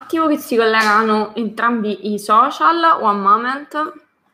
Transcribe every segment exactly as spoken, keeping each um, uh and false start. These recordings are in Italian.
attimo che si collegano entrambi i social. One moment.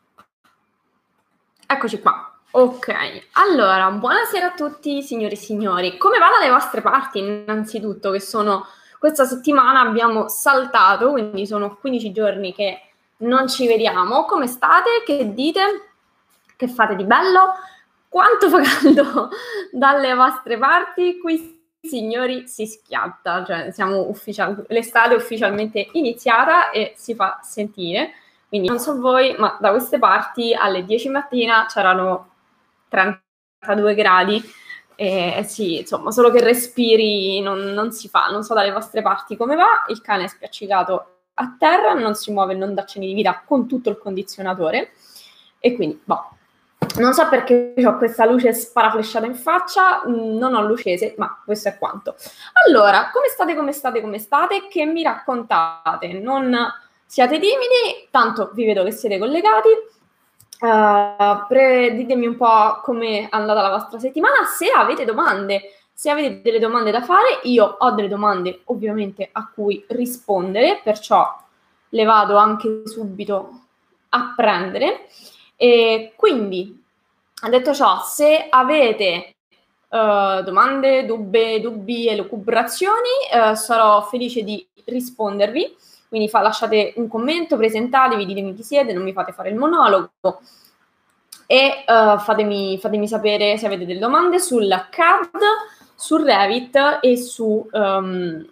Eccoci qua. Ok, allora, buonasera a tutti signori e signori. Come va dalle vostre parti? Innanzitutto, che sono questa settimana abbiamo saltato, quindi sono quindici giorni che non ci vediamo. Come state? Che dite? Che fate di bello? Quanto fa caldo dalle vostre parti? Qui, signori, si schiatta, cioè siamo ufficial- l'estate è ufficialmente iniziata e si fa sentire. Quindi non so voi, ma da queste parti alle dieci mattina c'erano trentadue gradi e sì, insomma, solo che respiri non, non si fa. Non so dalle vostre parti come va, il cane è spiaccicato a terra, non si muove, non dà cenni di vita con tutto il condizionatore e quindi, boh. Non so perché ho questa luce sparaflesciata in faccia, non ho lucese, ma questo è quanto. Allora, come state, come state, come state? Che mi raccontate? Non siate timidi, tanto vi vedo che siete collegati. Uh, pre- ditemi un po' come è andata la vostra settimana, se avete domande, se avete delle domande da fare, io ho delle domande ovviamente a cui rispondere, perciò le vado anche subito a prendere. E quindi, detto ciò, se avete uh, domande, dubbi, dubbi e lucubrazioni, uh, sarò felice di rispondervi. Quindi fa, lasciate un commento, presentatevi, ditemi chi siete, non mi fate fare il monologo e uh, fatemi, fatemi sapere se avete delle domande sul C A D, su Revit e su um,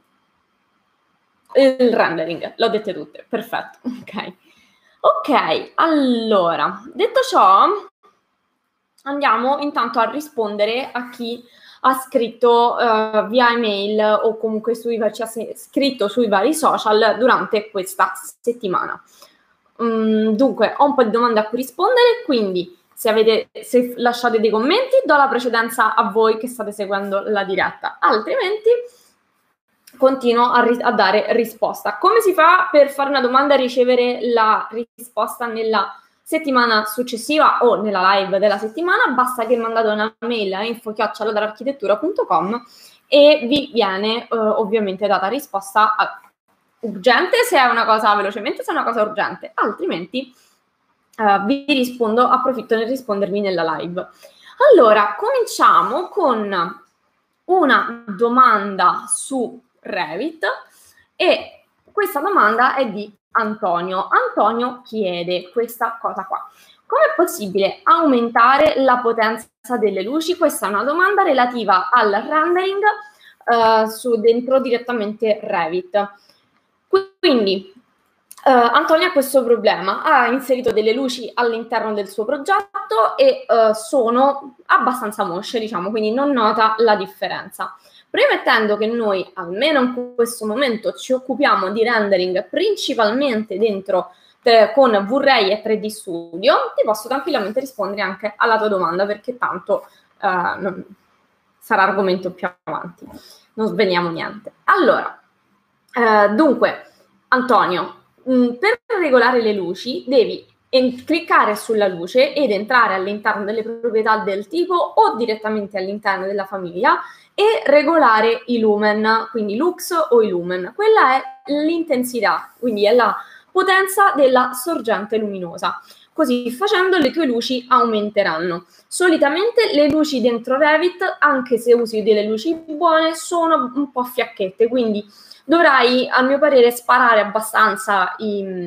il rendering. L'ho dette tutte, perfetto, ok. Ok, allora, detto ciò, andiamo intanto a rispondere a chi ha scritto uh, via email o comunque sui, ci ha scritto sui vari social durante questa settimana. Um, dunque, ho un po' di domande a cui rispondere, quindi se, avete, se lasciate dei commenti do la precedenza a voi che state seguendo la diretta, altrimenti continuo a, ri- a dare risposta. Come si fa per fare una domanda e ricevere la risposta nella settimana successiva o nella live della settimana? Basta che mandate una mail a info chiocciola dall'architettura punto com e vi viene eh, ovviamente data risposta a, urgente se è una cosa velocemente, se è una cosa urgente, altrimenti eh, vi rispondo, approfitto nel rispondervi nella live. Allora, cominciamo con una domanda su Revit e questa domanda è di Antonio. Antonio chiede questa cosa qua. Come è possibile aumentare la potenza delle luci? Questa è una domanda relativa al rendering uh, su dentro direttamente Revit. Quindi uh, Antonio ha questo problema, ha inserito delle luci all'interno del suo progetto e uh, sono abbastanza mosce, diciamo, quindi non nota la differenza. Premettendo che noi, almeno in questo momento, ci occupiamo di rendering principalmente dentro eh, con V-Ray e tre D Studio, ti posso tranquillamente rispondere anche alla tua domanda, perché tanto eh, non, sarà argomento più avanti. Non sveliamo niente. Allora, eh, dunque, Antonio, mh, per regolare le luci devi en- cliccare sulla luce ed entrare all'interno delle proprietà del tipo o direttamente all'interno della famiglia e regolare i lumen, quindi lux o i lumen. Quella è l'intensità, quindi è la potenza della sorgente luminosa. Così facendo le tue luci aumenteranno. Solitamente le luci dentro Revit, anche se usi delle luci buone, sono un po' fiacchette, quindi dovrai, a mio parere, sparare abbastanza i,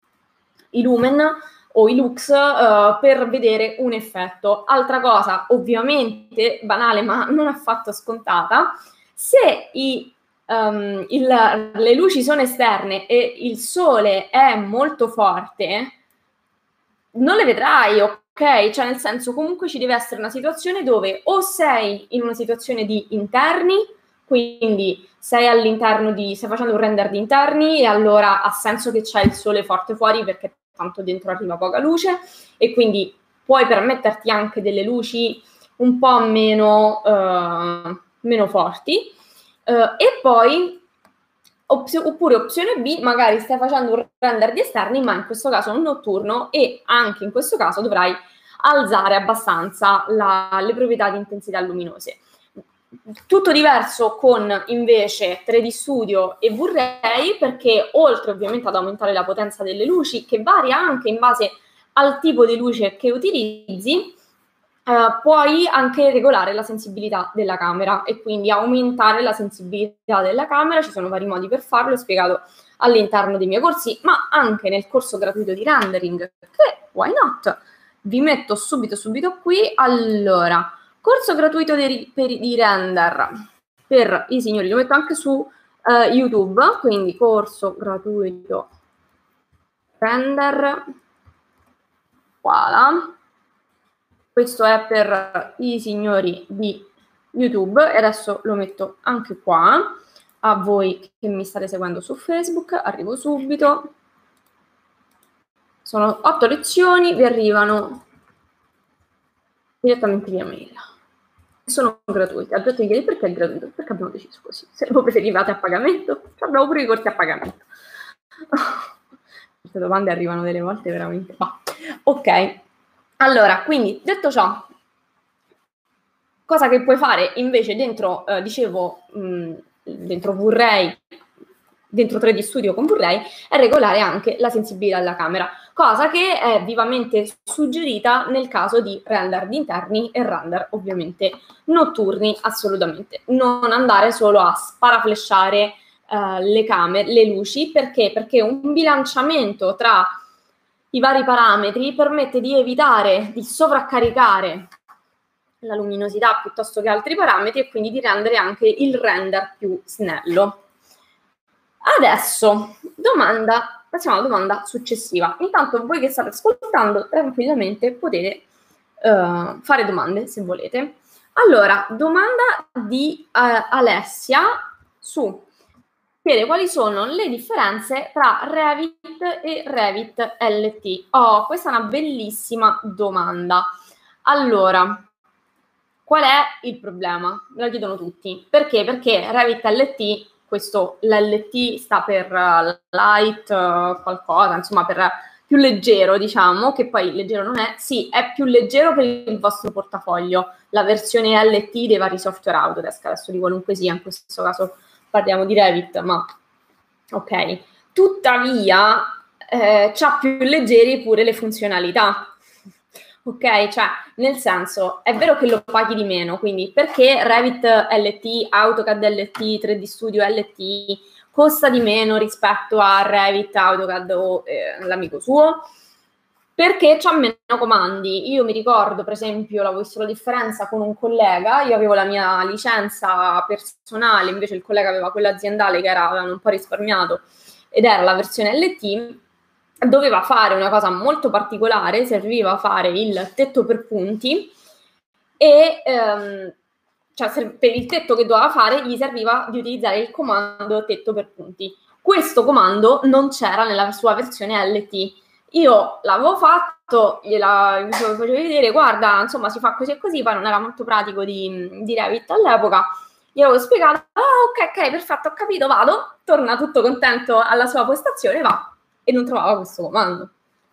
i lumen o i lux uh, per vedere un effetto. Altra cosa, ovviamente banale ma non affatto scontata, se i, um, il, le luci sono esterne e il sole è molto forte, non le vedrai, ok? Cioè nel senso, comunque ci deve essere una situazione dove o sei in una situazione di interni, quindi sei all'interno di, stai facendo un render di interni e allora ha senso che c'è il sole forte fuori perché tanto dentro arriva poca luce e quindi puoi permetterti anche delle luci un po' meno, uh, meno forti. Uh, e poi Opzio- oppure opzione B, magari stai facendo un render di esterni, ma in questo caso un notturno e anche in questo caso dovrai alzare abbastanza la, le proprietà di intensità luminose. tutto diverso con invece tre D Studio e V-Ray, perché oltre ovviamente ad aumentare la potenza delle luci, che varia anche in base al tipo di luce che utilizzi, Uh, puoi anche regolare la sensibilità della camera e quindi aumentare la sensibilità della camera. Ci sono vari modi per farlo, è spiegato all'interno dei miei corsi, ma anche nel corso gratuito di rendering, che why not? Vi metto subito subito qui. Allora, corso gratuito di, per, di render per i signori, lo metto anche su uh, YouTube, quindi corso gratuito render, voilà. Questo è per i signori di YouTube e adesso lo metto anche qua. A voi che mi state seguendo su Facebook, arrivo subito. Sono otto lezioni, vi arrivano direttamente via mail. Sono gratuite. Aggiunto di chiedere perché è gratuito? Perché abbiamo deciso così. Se lo preferivate a pagamento, abbiamo pure i corsi a pagamento. Queste domande arrivano delle volte veramente. Ah, ok. Allora, quindi, detto ciò, cosa che puoi fare invece dentro, eh, dicevo, mh, dentro V-Ray, dentro tre D Studio con V-Ray, è regolare anche la sensibilità della camera, cosa che è vivamente suggerita nel caso di render di interni e render ovviamente notturni, assolutamente. Non andare solo a sparaflesciare eh, le camere, le luci, perché? Perché un bilanciamento tra i vari parametri permette di evitare di sovraccaricare la luminosità piuttosto che altri parametri e quindi di rendere anche il render più snello. Adesso, domanda, passiamo alla domanda successiva. Intanto voi che state ascoltando tranquillamente potete uh, fare domande se volete. Allora, domanda di uh, Alessia su chiede quali sono le differenze tra Revit e Revit L T. Oh, questa è una bellissima domanda. Allora, qual è il problema? Me lo chiedono tutti. Perché? Perché Revit L T, questo l'L T sta per uh, light uh, qualcosa, insomma per più leggero, diciamo, che poi leggero non è. Sì, è più leggero per il vostro portafoglio, la versione L T dei vari software Autodesk, adesso di qualunque sia, in questo caso parliamo di Revit, ma ok. Tuttavia, eh, c'ha più leggeri pure le funzionalità. Ok, cioè, nel senso, è vero che lo paghi di meno, quindi perché Revit L T, AutoCAD L T, tre D Studio L T costa di meno rispetto a Revit, AutoCAD o eh, l'amico suo? Perché c'ha meno comandi. Io mi ricordo, per esempio, l'avevo visto la differenza con un collega, io avevo la mia licenza personale, invece il collega aveva quella aziendale che era, avevano un po' risparmiato, ed era la versione L T, doveva fare una cosa molto particolare, serviva a fare il tetto per punti e ehm, cioè per il tetto che doveva fare gli serviva di utilizzare il comando tetto per punti. Questo comando non c'era nella sua versione L T. Io l'avevo fatto, gliela facevo vedere, guarda, insomma si fa così e così, poi non era molto pratico di, di Revit all'epoca, gli avevo spiegato, ah ok, ok, perfetto, ho capito, vado, torna tutto contento alla sua postazione, va, e non trovava questo comando.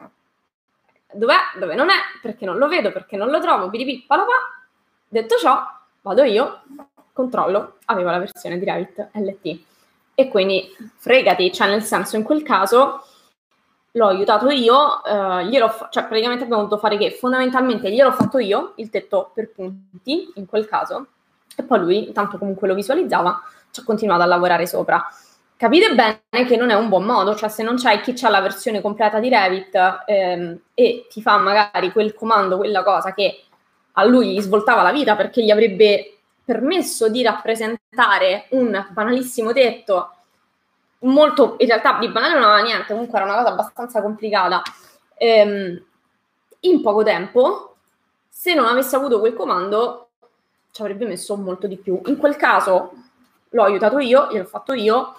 Dov'è? Dove non è? Perché non lo vedo? Perché non lo trovo? Piripippa, detto ciò, vado io, controllo, avevo la versione di Revit L T. E quindi fregati, cioè nel senso in quel caso l'ho aiutato io, eh, gliel'ho fa- cioè praticamente abbiamo dovuto fare che fondamentalmente gliel'ho fatto io, il tetto per punti, in quel caso, e poi lui, tanto comunque lo visualizzava, ci ha continuato a lavorare sopra. Capite bene che non è un buon modo, cioè se non c'hai chi c'ha la versione completa di Revit ehm, e ti fa magari quel comando, quella cosa che a lui gli svoltava la vita perché gli avrebbe permesso di rappresentare un banalissimo tetto, molto, in realtà di banale non aveva niente, comunque era una cosa abbastanza complicata, ehm, in poco tempo, se non avesse avuto quel comando ci avrebbe messo molto di più. In quel caso l'ho aiutato io, gliel'ho fatto io,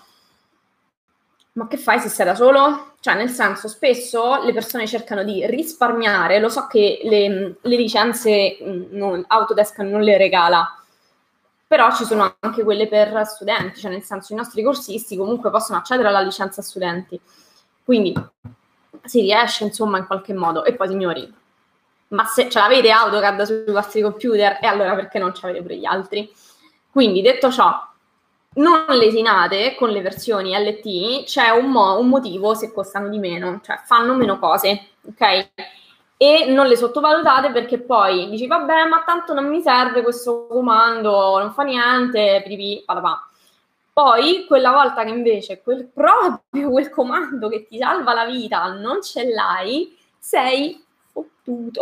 ma che fai se sei da solo? Cioè, nel senso, spesso le persone cercano di risparmiare, lo so che le, le licenze non, Autodesk non le regala, però ci sono anche quelle per studenti, cioè nel senso i nostri corsisti comunque possono accedere alla licenza studenti, quindi si riesce insomma in qualche modo. E poi signori, ma se ce l'avete AutoCAD sui vostri computer, e allora perché non ce l'avete pure gli altri? Quindi, detto ciò, non lesinate con le versioni L T, c'è un, mo- un motivo se costano di meno, cioè fanno meno cose, ok? E non le sottovalutate perché poi dici, vabbè, ma tanto non mi serve questo comando, non fa niente, pipì, patapà. Poi, quella volta che invece quel, proprio quel comando che ti salva la vita non ce l'hai, sei fottuto.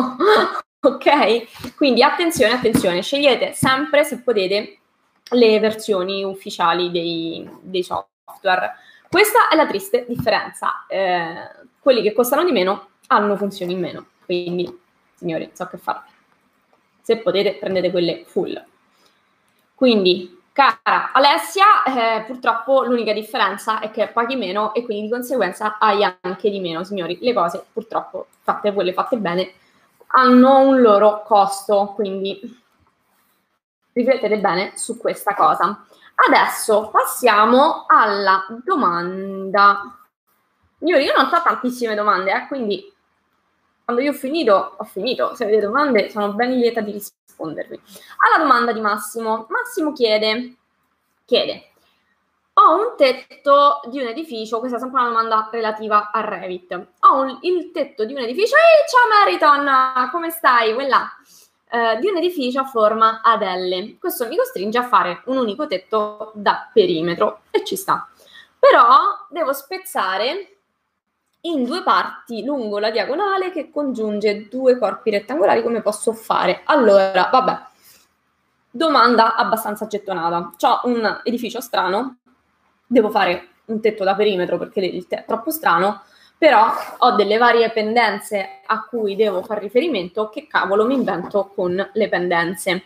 Ok? Quindi attenzione, attenzione, scegliete sempre, se potete, le versioni ufficiali dei, dei software. Questa è la triste differenza. Eh, quelli che costano di meno hanno funzioni in meno. Quindi, signori, so che fare. Se potete, prendete quelle full. Quindi, cara Alessia, eh, purtroppo l'unica differenza è che paghi meno e quindi di conseguenza hai anche di meno, signori. Le cose, purtroppo, fatte quelle fatte bene, hanno un loro costo, quindi riflettete bene su questa cosa. Adesso passiamo alla domanda. Signori, io non ho tantissime domande, eh, quindi quando io ho finito, ho finito. Se avete domande, sono ben lieta di rispondervi. Alla domanda di Massimo. Massimo chiede, chiede, ho un tetto di un edificio, questa è sempre una domanda relativa a Revit. Ho un, il tetto di un edificio, ehi, ciao Meriton, come stai? Quella, eh, di un edificio a forma ad L. Questo mi costringe a fare un unico tetto da perimetro e ci sta. Però devo spezzare in due parti lungo la diagonale che congiunge due corpi rettangolari. Come posso fare? Allora, vabbè, domanda abbastanza gettonata. C'ho un edificio strano, devo fare un tetto da perimetro perché il tetto è troppo strano, però ho delle varie pendenze a cui devo fare riferimento. Che cavolo mi invento con le pendenze?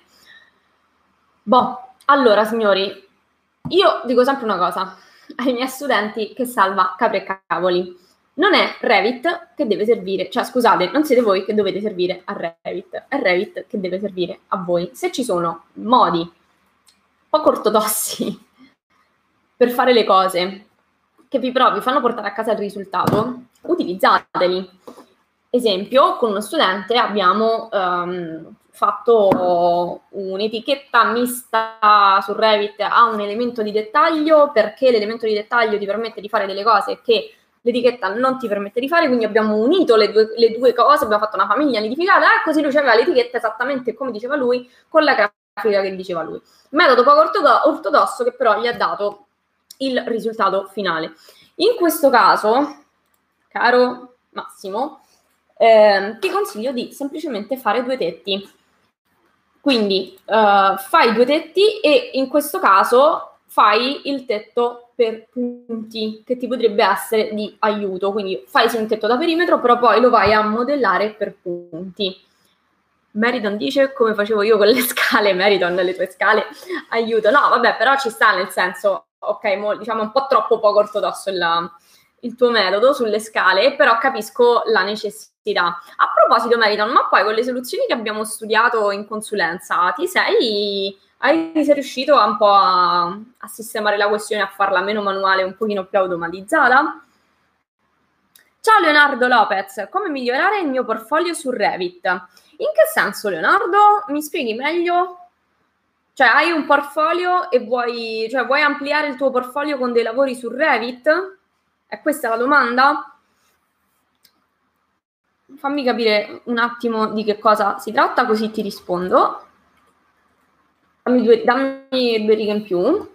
Boh, allora signori, io dico sempre una cosa ai miei studenti che salva capre e cavoli. Non è Revit che deve servire, cioè scusate, non siete voi che dovete servire a Revit, è Revit che deve servire a voi. Se ci sono modi poco ortodossi per fare le cose che vi però vi fanno portare a casa il risultato, utilizzateli. Esempio, con uno studente abbiamo um, fatto un'etichetta mista su Revit a un elemento di dettaglio, perché l'elemento di dettaglio ti permette di fare delle cose che l'etichetta non ti permette di fare, quindi abbiamo unito le due, le due cose, abbiamo fatto una famiglia nidificata e così lui aveva l'etichetta esattamente come diceva lui, con la grafica che diceva lui. Metodo poco ortodosso che però gli ha dato il risultato finale. In questo caso, caro Massimo, eh, ti consiglio di semplicemente fare due tetti. Quindi eh, fai due tetti e in questo caso fai il tetto per punti, che ti potrebbe essere di aiuto. Quindi fai sì un tetto da perimetro, però poi lo vai a modellare per punti. Meriton dice come facevo io con le scale. Meriton, le tue scale, aiuto. No, vabbè, però ci sta, nel senso, ok, mo, diciamo un po' troppo poco ortodosso il, il tuo metodo sulle scale, però capisco la necessità. A proposito, Meriton, ma poi con le soluzioni che abbiamo studiato in consulenza, ti sei, hai, sei riuscito un po' a, a sistemare la questione, a farla meno manuale, un pochino più automatizzata? Ciao Leonardo Lopez, come migliorare il mio portfolio su Revit? In che senso, Leonardo? Mi spieghi meglio? Cioè, hai un portfolio e vuoi, cioè, vuoi ampliare il tuo portfolio con dei lavori su Revit? È questa la domanda? Fammi capire un attimo di che cosa si tratta, così ti rispondo. Dammi due, dammi due righe in più.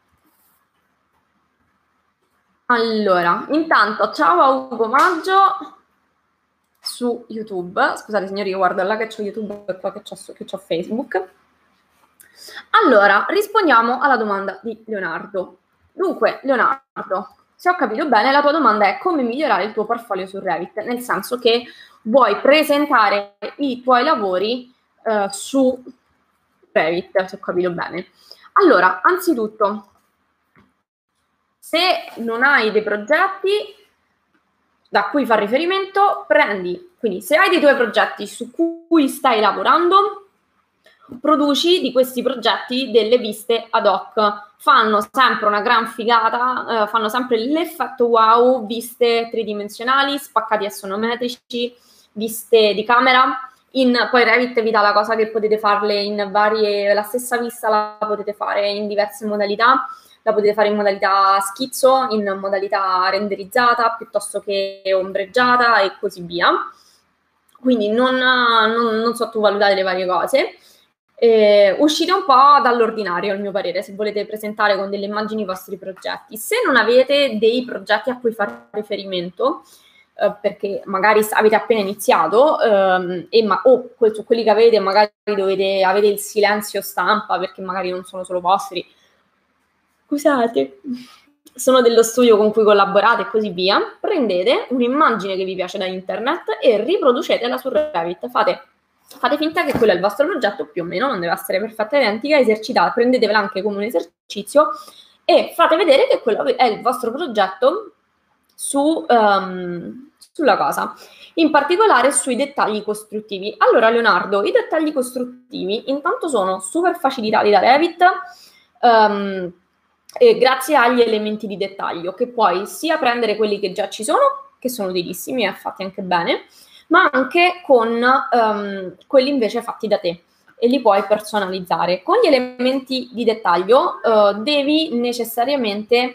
Allora, intanto, ciao a Ugo Maggio su YouTube. Scusate signori, io guardo là che c'ho YouTube e qua che c'ho, che c'ho Facebook. Allora, rispondiamo alla domanda di Leonardo. Dunque, Leonardo, se ho capito bene, la tua domanda è come migliorare il tuo portfolio su Revit, nel senso che vuoi presentare i tuoi lavori eh, su Revit, se ho capito bene. Allora, anzitutto, se non hai dei progetti da cui far riferimento, prendi, quindi se hai dei tuoi progetti su cui stai lavorando, produci di questi progetti delle viste ad hoc. Fanno sempre una gran figata, eh, fanno sempre l'effetto wow, viste tridimensionali, spaccati assonometrici, viste di camera, In, poi Revit vi dà la cosa che potete farle in varie, la stessa vista la potete fare in diverse modalità, la potete fare in modalità schizzo, in modalità renderizzata, piuttosto che ombreggiata e così via. Quindi non, non, non sottovalutate le varie cose. Eh, uscite un po' dall'ordinario, al mio parere, se volete presentare con delle immagini i vostri progetti. Se non avete dei progetti a cui fare riferimento, eh, perché magari avete appena iniziato, ehm, e ma, o que- su quelli che avete magari dovete avere il silenzio stampa, perché magari non sono solo vostri, scusate, sono dello studio con cui collaborate e così via, prendete un'immagine che vi piace da internet e riproducetela su Revit. Fate, fate finta che quello è il vostro progetto, più o meno, non deve essere perfetta e identica, esercitate, prendetevela anche come un esercizio e fate vedere che quello è il vostro progetto su, um, sulla cosa, in particolare sui dettagli costruttivi. Allora, Leonardo, i dettagli costruttivi intanto sono super facilitati da Revit, um, e grazie agli elementi di dettaglio, che puoi sia prendere quelli che già ci sono, che sono utilissimi e fatti anche bene, ma anche con um, quelli invece fatti da te e li puoi personalizzare. Con gli elementi di dettaglio uh, devi necessariamente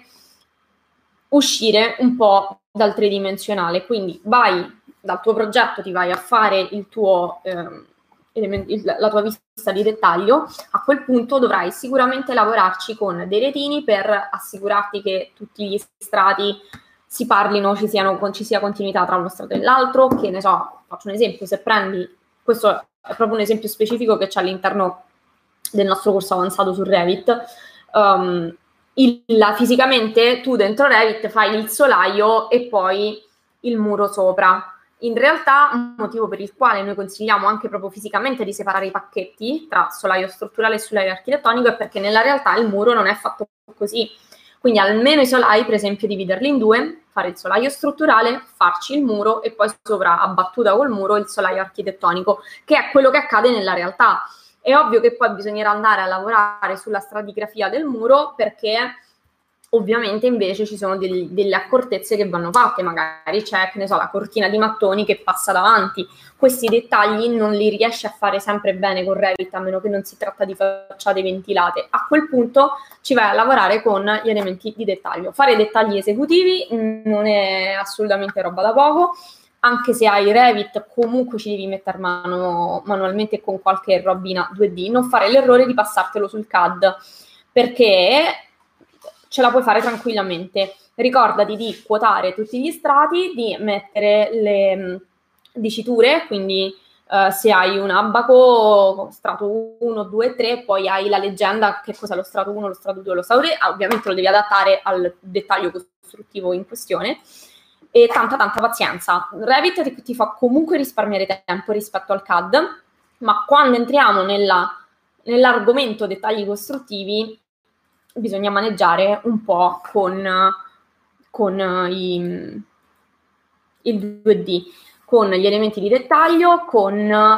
uscire un po' dal tridimensionale, quindi vai dal tuo progetto, ti vai a fare il tuo, eh, element- il, la tua vista di dettaglio. A quel punto dovrai sicuramente lavorarci con dei retini per assicurarti che tutti gli strati si parlino, ci, siano, ci sia continuità tra uno strato e l'altro, che ne so, faccio un esempio, se prendi, questo è proprio un esempio specifico che c'è all'interno del nostro corso avanzato su Revit, um, il, la, fisicamente tu dentro Revit fai il solaio e poi il muro sopra. In realtà un motivo per il quale noi consigliamo anche proprio fisicamente di separare i pacchetti tra solaio strutturale e solaio architettonico è perché nella realtà il muro non è fatto così. Quindi almeno i solai, per esempio, dividerli in due, fare il solaio strutturale, farci il muro e poi sopra, abbattuta col muro, il solaio architettonico, che è quello che accade nella realtà. È ovvio che poi bisognerà andare a lavorare sulla stratigrafia del muro perché ovviamente invece ci sono del, delle accortezze che vanno fatte, magari c'è, che ne so, la cortina di mattoni che passa davanti. Questi dettagli non li riesci a fare sempre bene con Revit, a meno che non si tratta di facciate ventilate. A quel punto ci vai a lavorare con gli elementi di dettaglio. Fare dettagli esecutivi non è assolutamente roba da poco, anche se hai Revit comunque ci devi mettere mano manualmente con qualche robina due D, non fare l'errore di passartelo sul C A D, perché ce la puoi fare tranquillamente. Ricordati di quotare tutti gli strati, di mettere le mh, diciture, quindi uh, se hai un abaco, strato uno, due, tre, poi hai la leggenda, che cos'è lo strato uno, lo strato due, lo strato tre, ovviamente lo devi adattare al dettaglio costruttivo in questione, e tanta tanta pazienza. Revit ti, ti fa comunque risparmiare tempo rispetto al C A D, ma quando entriamo nella, nell'argomento dettagli costruttivi bisogna maneggiare un po' con, con i, il due D, con gli elementi di dettaglio, con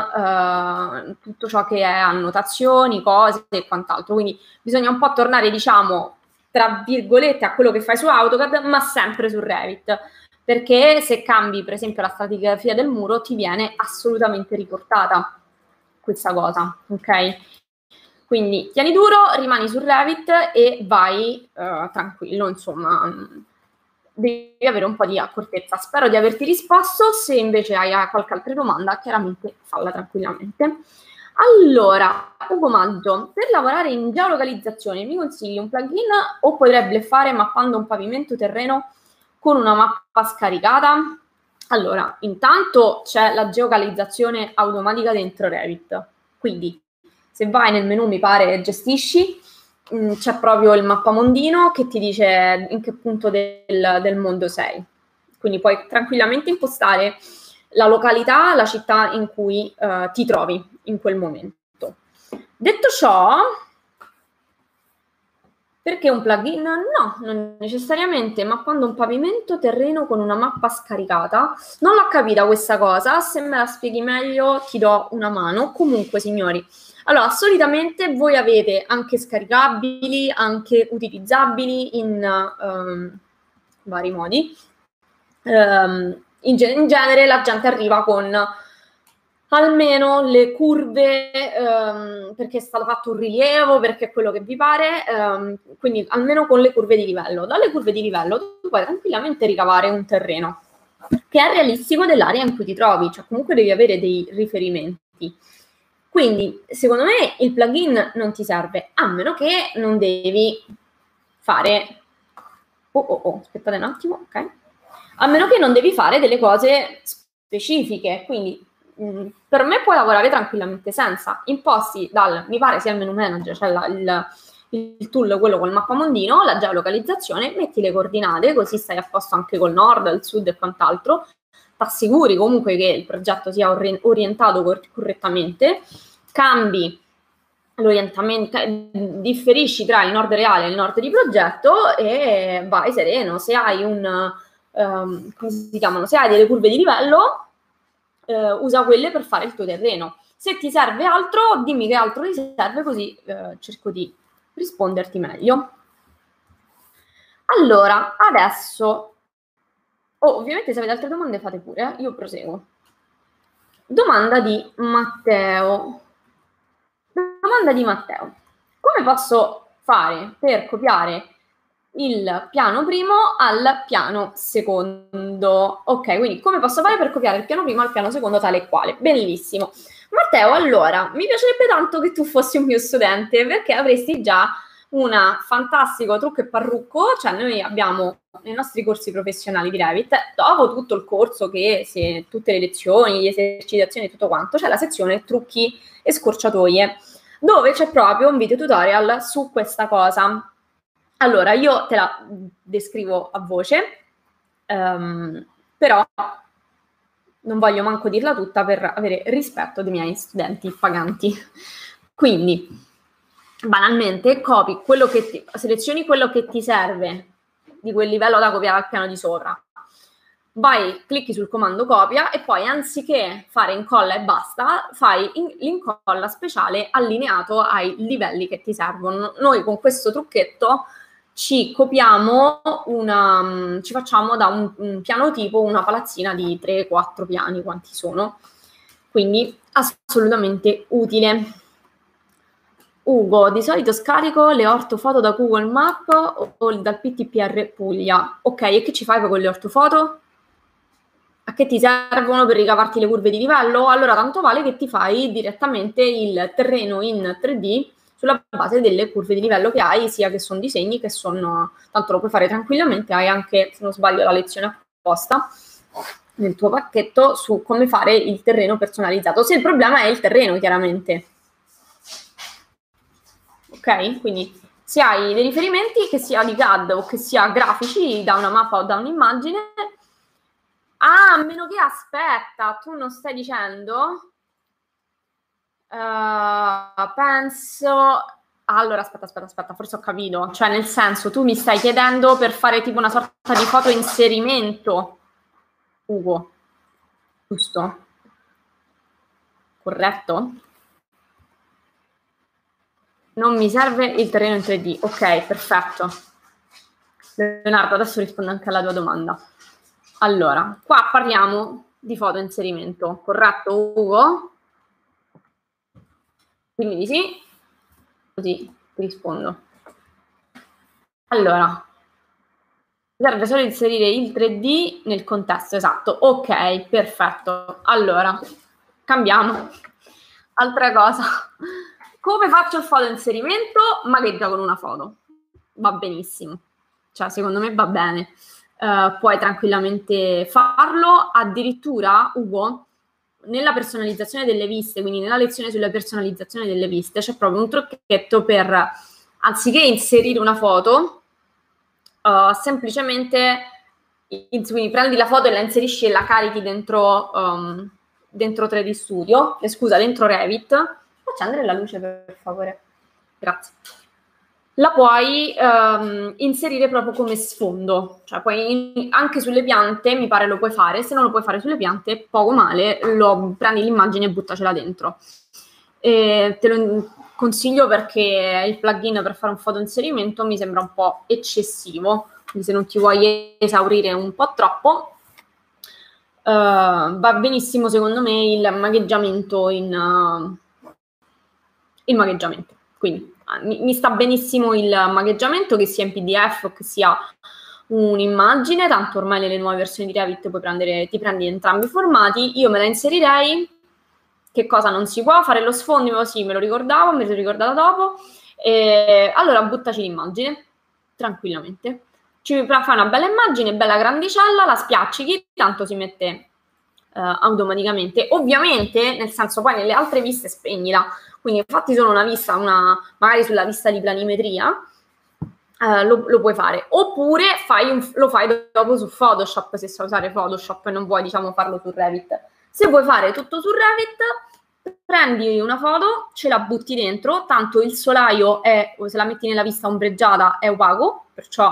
eh, tutto ciò che è annotazioni, cose e quant'altro. Quindi bisogna un po' tornare, diciamo, tra virgolette, a quello che fai su AutoCAD, ma sempre su Revit, perché se cambi, per esempio, la stratigrafia del muro, ti viene assolutamente riportata questa cosa, ok? Quindi tieni duro, rimani su Revit e vai uh, tranquillo, insomma, devi avere un po' di accortezza. Spero di averti risposto, se invece hai qualche altra domanda, chiaramente falla tranquillamente. Allora, Ugo Maggio, per lavorare in geolocalizzazione mi consigli un plugin o potrebbe fare mappando un pavimento terreno con una mappa scaricata? Allora, intanto c'è la geolocalizzazione automatica dentro Revit, quindi se vai nel menu, mi pare, gestisci, mh, c'è proprio il mappamondino che ti dice in che punto del, del mondo sei. Quindi puoi tranquillamente impostare la località, la città in cui uh, ti trovi in quel momento. Detto ciò, perché un plugin? No, non necessariamente, mappando un pavimento terreno con una mappa scaricata. Non l'ho capita questa cosa, se me la spieghi meglio ti do una mano. Comunque, signori, allora, solitamente voi avete anche scaricabili, anche utilizzabili in um, vari modi. Um, in, ge- in genere la gente arriva con almeno le curve, ehm, perché è stato fatto un rilievo, perché è quello che vi pare, ehm, quindi almeno con le curve di livello. Dalle curve di livello tu puoi tranquillamente ricavare un terreno che è realistico dell'area in cui ti trovi, cioè comunque devi avere dei riferimenti. Quindi, secondo me, il plugin non ti serve, a meno che non devi fare... Oh, oh, oh, aspettate un attimo, ok? A meno che non devi fare delle cose specifiche, quindi mh, per me puoi lavorare tranquillamente senza. Imposti dal, mi pare sia il menu manager, cioè la, il, il tool, quello col mappamondino, la geolocalizzazione, metti le coordinate, così stai a posto anche col nord, il sud e quant'altro, t'assicuri comunque che il progetto sia ori- orientato cor- correttamente, cambi l'orientamento, differisci tra il nord reale e il nord di progetto e vai sereno. Se hai un, um, come si chiamano, se hai delle curve di livello, eh, usa quelle per fare il tuo terreno. Se ti serve altro, dimmi che altro ti serve, così eh, cerco di risponderti meglio. Allora, adesso, oh, ovviamente se avete altre domande fate pure, eh? Io proseguo. Domanda di Matteo. Domanda di Matteo. Come posso fare per copiare il piano primo al piano secondo? Ok, quindi come posso fare per copiare il piano primo al piano secondo tale e quale? Bellissimo. Matteo, allora, mi piacerebbe tanto che tu fossi un mio studente, perché avresti già un fantastico trucco e parrucco, cioè noi abbiamo nei nostri corsi professionali di Revit, dopo tutto il corso, che se, tutte le lezioni, le esercitazioni e tutto quanto, c'è la sezione trucchi e scorciatoie, dove c'è proprio un video tutorial su questa cosa. Allora, io te la descrivo a voce, um, però non voglio manco dirla tutta per avere rispetto dei miei studenti paganti. Quindi, banalmente, copi quello che ti, selezioni quello che ti serve di quel livello da copiare al piano di sopra, vai, clicchi sul comando copia e poi anziché fare incolla e basta, fai in, l'incolla speciale allineato ai livelli che ti servono. Noi con questo trucchetto ci copiamo una, ci facciamo da un, un piano tipo una palazzina di tre quattro piani, quanti sono. Quindi assolutamente utile. Ugo, di solito scarico le ortofoto da Google Map o, o dal P T P R Puglia. Ok, e che ci fai con quelle ortofoto? A che ti servono per ricavarti le curve di livello? Allora tanto vale che ti fai direttamente il terreno in tre D sulla base delle curve di livello che hai, sia che sono disegni che sono, tanto lo puoi fare tranquillamente, hai anche, se non sbaglio, la lezione apposta nel tuo pacchetto su come fare il terreno personalizzato, se il problema è il terreno, chiaramente. Ok? Quindi se hai dei riferimenti, che sia di C A D o che sia grafici, da una mappa o da un'immagine. Ah, a meno che, aspetta, tu non stai dicendo? Uh, penso... Allora, aspetta, aspetta, aspetta, forse ho capito. Cioè, nel senso, tu mi stai chiedendo per fare tipo una sorta di foto inserimento, Ugo, giusto? Corretto? Non mi serve il terreno in tre D. Ok, perfetto. Leonardo, adesso rispondo anche alla tua domanda. Allora, qua parliamo di foto inserimento, corretto, Ugo? Dimmi di sì, così ti rispondo. Allora, serve solo inserire il tre D nel contesto, esatto. Ok, perfetto. Allora, cambiamo. Altra cosa. Come faccio il foto inserimento? Magari con una foto. Va benissimo. Cioè, secondo me va bene. Uh, puoi tranquillamente farlo. Addirittura, Ugo, nella personalizzazione delle viste, quindi nella lezione sulla personalizzazione delle viste, c'è proprio un trucchetto per, anziché inserire una foto, uh, semplicemente in, quindi prendi la foto e la inserisci e la carichi dentro, um, dentro tre D Studio, eh, scusa, dentro Revit. Facci andare la luce, per favore. Grazie. La puoi um, inserire proprio come sfondo, cioè puoi, anche sulle piante, mi pare lo puoi fare. Se non lo puoi fare sulle piante, poco male, lo, prendi l'immagine e buttacela dentro. E te lo consiglio perché il plugin per fare un foto inserimento mi sembra un po' eccessivo, quindi se non ti vuoi esaurire un po' troppo, va benissimo secondo me il magheggiamento in, uh, il magheggiamento. Quindi uh, mi, mi sta benissimo il magheggiamento, che sia in P D F o che sia un'immagine, tanto ormai nelle nuove versioni di Revit puoi prendere, ti prendi entrambi i formati. Io me la inserirei. Che cosa non si può? Fare lo sfondo? Sì, me lo ricordavo, me lo sono ricordata dopo. E allora buttaci l'immagine, tranquillamente. Ci fai una bella immagine, bella grandicella, la spiaccichi, tanto si mette uh, automaticamente. Ovviamente, nel senso, poi nelle altre viste spegnila. Quindi fatti solo una vista, una, magari sulla vista di planimetria, uh, lo, lo puoi fare. Oppure fai un, lo fai dopo su Photoshop, se sai usare Photoshop e non vuoi, diciamo, farlo su Revit. Se vuoi fare tutto su Revit, prendi una foto, ce la butti dentro, tanto il solaio è, se la metti nella vista ombreggiata, è opaco, perciò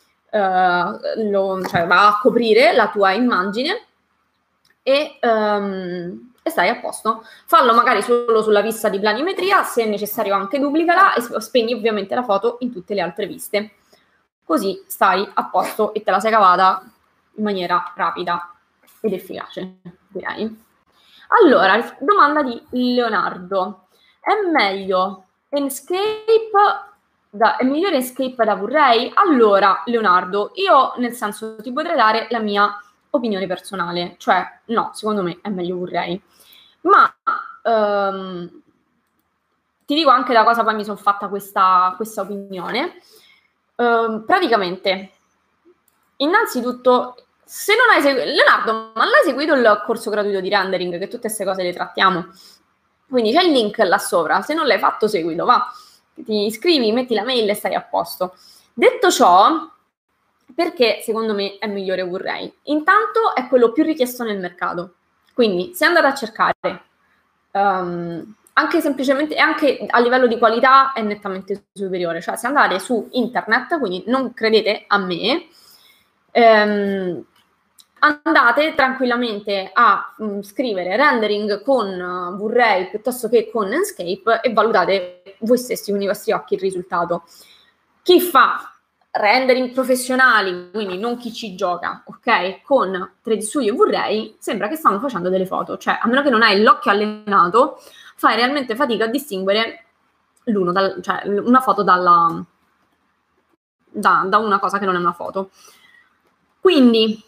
eh, lo, cioè, va a coprire la tua immagine e, um, e stai a posto. Fallo magari solo sulla vista di planimetria, se è necessario anche duplicala e spegni ovviamente la foto in tutte le altre viste. Così stai a posto e te la sei cavata in maniera rapida ed efficace, direi. Allora, domanda di Leonardo. È meglio Enscape da, è migliore Enscape da V-Ray? Allora, Leonardo, io nel senso ti potrei dare la mia opinione personale, cioè no, secondo me è meglio V-Ray. Ma um, ti dico anche da cosa poi mi sono fatta questa, questa opinione. Um, praticamente, innanzitutto, se non hai seguito, Leonardo, ma l'hai seguito il corso gratuito di rendering, che tutte queste cose le trattiamo? Quindi c'è il link là sopra, se non l'hai fatto seguilo, va, ti iscrivi, metti la mail e stai a posto. Detto ciò, perché secondo me è migliore V-Ray? Intanto è quello più richiesto nel mercato, quindi se andate a cercare, um, anche semplicemente, e anche a livello di qualità è nettamente superiore, cioè se andate su internet, quindi non credete a me, um, andate tranquillamente a mh, scrivere rendering con uh, V-Ray piuttosto che con Enscape e valutate voi stessi con i vostri occhi il risultato. Chi fa rendering professionali, quindi non chi ci gioca, ok, con tre D Studio e V-Ray, sembra che stanno facendo delle foto, cioè a meno che non hai l'occhio allenato, fai realmente fatica a distinguere l'uno, dal, cioè una foto dalla, da, da una cosa che non è una foto. Quindi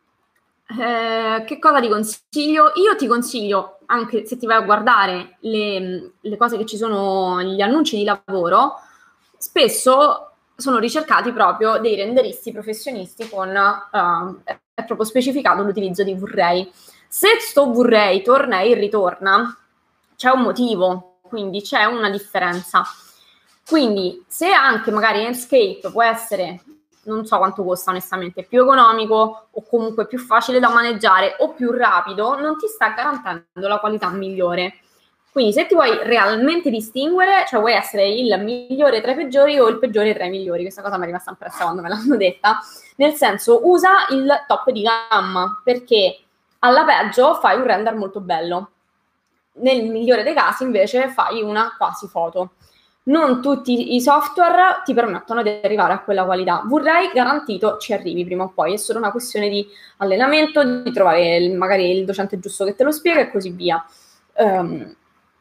Eh, che cosa ti consiglio? Io ti consiglio, anche se ti vai a guardare le, le cose che ci sono, gli annunci di lavoro, spesso sono ricercati proprio dei renderisti professionisti con, uh, è proprio specificato l'utilizzo di V-Ray. Se sto V-Ray torna e ritorna, c'è un motivo, quindi c'è una differenza. Quindi se anche magari Enscape può essere, non so quanto costa onestamente, più economico o comunque più facile da maneggiare o più rapido, non ti sta garantendo la qualità migliore. Quindi se ti vuoi realmente distinguere, cioè vuoi essere il migliore tra i peggiori o il peggiore tra i migliori, questa cosa mi è rimasta impressa quando me l'hanno detta, nel senso usa il top di gamma, perché alla peggio fai un render molto bello. Nel migliore dei casi invece fai una quasi foto. Non tutti i software ti permettono di arrivare a quella qualità. V-Ray garantito ci arrivi prima o poi, è solo una questione di allenamento, di trovare il, magari il docente giusto che te lo spiega e così via. Um,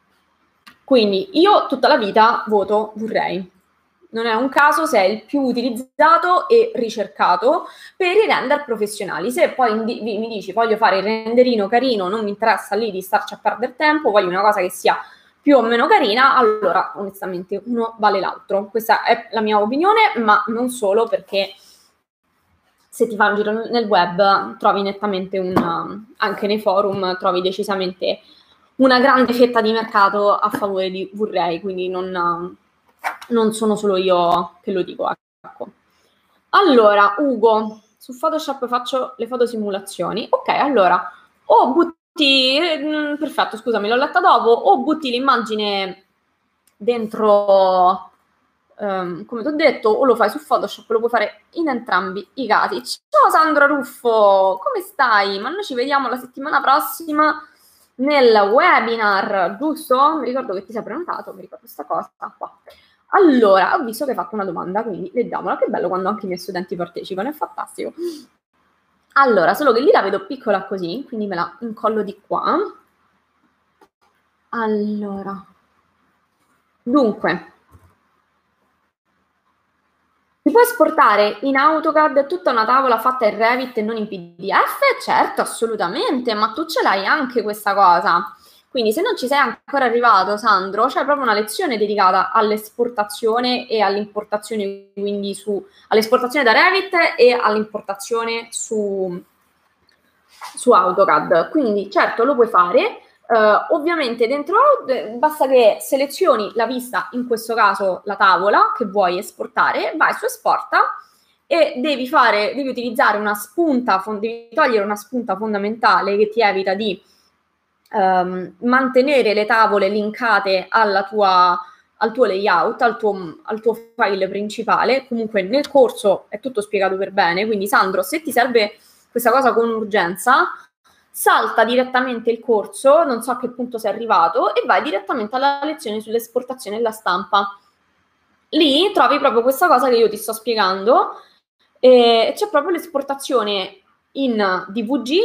quindi io tutta la vita voto V-Ray. Non è un caso se è il più utilizzato e ricercato per i render professionali. Se poi mi dici voglio fare il renderino carino, non mi interessa lì di starci a perdere tempo, voglio una cosa che sia più o meno carina, allora onestamente uno vale l'altro. Questa è la mia opinione, ma non solo, perché se ti fai un giro nel web trovi nettamente un, anche nei forum trovi decisamente una grande fetta di mercato a favore di V-Ray, quindi non, non sono solo io che lo dico. Ecco. Allora, Ugo, su Photoshop faccio le fotosimulazioni. Ok, allora, o butti perfetto, scusami, l'ho letta dopo, o butti l'immagine dentro, um, come ti ho detto, o lo fai su Photoshop, lo puoi fare in entrambi i casi. Ciao Sandra Ruffo, come stai? Ma noi ci vediamo la settimana prossima nel webinar, giusto? Mi ricordo che ti sei prenotato, mi ricordo questa cosa qua. Allora, ho visto che hai fatto una domanda, quindi leggiamola. Che bello quando anche i miei studenti partecipano, è fantastico. Allora, solo che lì la vedo piccola così, quindi me la incollo di qua. Allora, dunque, si può esportare in AutoCAD tutta una tavola fatta in Revit e non in P D F? Certo, assolutamente, ma tu ce l'hai anche questa cosa. Quindi se non ci sei ancora arrivato, Sandro, c'è proprio una lezione dedicata all'esportazione e all'importazione, quindi su all'esportazione da Revit e all'importazione su, su AutoCAD. Quindi certo lo puoi fare. Uh, ovviamente dentro basta che selezioni la vista, in questo caso la tavola che vuoi esportare, vai su esporta e devi fare, devi utilizzare una spunta, devi togliere una spunta fondamentale che ti evita di um, mantenere le tavole linkate alla tua, al tuo layout, al tuo, al tuo file principale. Comunque nel corso è tutto spiegato per bene, quindi Sandro, se ti serve questa cosa con urgenza, salta direttamente il corso, non so a che punto sei arrivato, e vai direttamente alla lezione sull'esportazione e la stampa. Lì trovi proprio questa cosa che io ti sto spiegando, e c'è proprio l'esportazione in D V G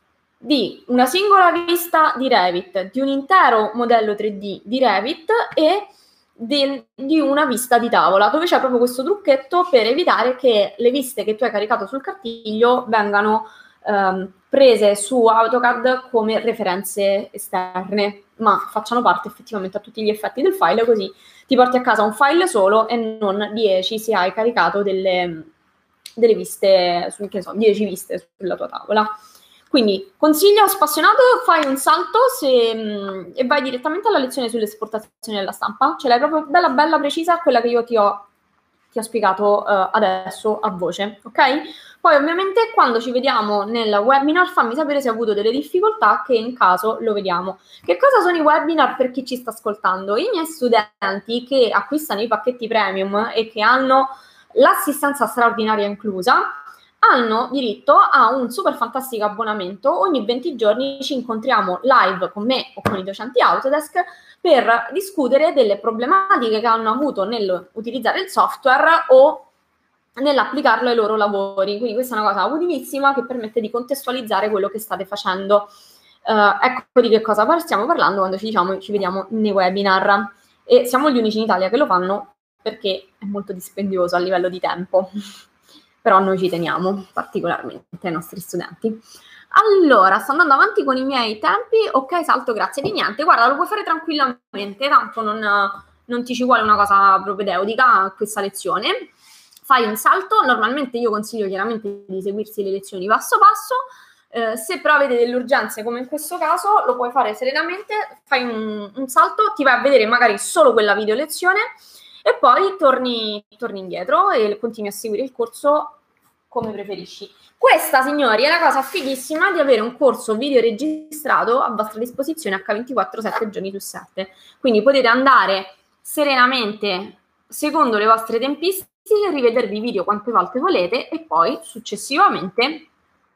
di una singola vista di Revit, di un intero modello tre D di Revit e di, di una vista di tavola, dove c'è proprio questo trucchetto per evitare che le viste che tu hai caricato sul cartiglio vengano Um, prese su AutoCAD come referenze esterne, ma facciano parte effettivamente a tutti gli effetti del file, così ti porti a casa un file solo e non dieci se hai caricato delle, delle viste, su, che so, dieci viste sulla tua tavola. Quindi consiglio spassionato, fai un salto se, mh, e vai direttamente alla lezione sull'esportazione della stampa, ce l'hai proprio bella bella precisa, quella che io ti ho, ti ho spiegato uh, adesso a voce, ok? Poi ovviamente quando ci vediamo nel webinar fammi sapere se hai avuto delle difficoltà, che in caso lo vediamo. Che cosa sono i webinar per chi ci sta ascoltando? I miei studenti che acquistano i pacchetti premium e che hanno l'assistenza straordinaria inclusa hanno diritto a un super fantastico abbonamento. Ogni venti giorni ci incontriamo live con me o con i docenti Autodesk per discutere delle problematiche che hanno avuto nell'utilizzare il software o nell'applicarlo ai loro lavori. Quindi questa è una cosa utilissima che permette di contestualizzare quello che state facendo. Uh, ecco di che cosa stiamo parlando quando ci diciamo ci vediamo nei webinar, e siamo gli unici in Italia che lo fanno perché è molto dispendioso a livello di tempo, però noi ci teniamo particolarmente ai nostri studenti. Allora, sto andando avanti con i miei tempi. Ok, salto, grazie di niente. Guarda, lo puoi fare tranquillamente, tanto non, non ti ci vuole una cosa propedeutica a questa lezione. Fai un salto, normalmente io consiglio chiaramente di seguirsi le lezioni passo passo, eh, se però avete delle urgenze come in questo caso lo puoi fare serenamente, fai un, un salto, ti vai a vedere magari solo quella video lezione e poi torni, torni indietro e continui a seguire il corso come preferisci. Questa, signori, è la cosa fighissima di avere un corso video registrato a vostra disposizione acca ventiquattro sette giorni su sette, quindi potete andare serenamente secondo le vostre tempistiche, rivedervi i video quante volte volete e poi successivamente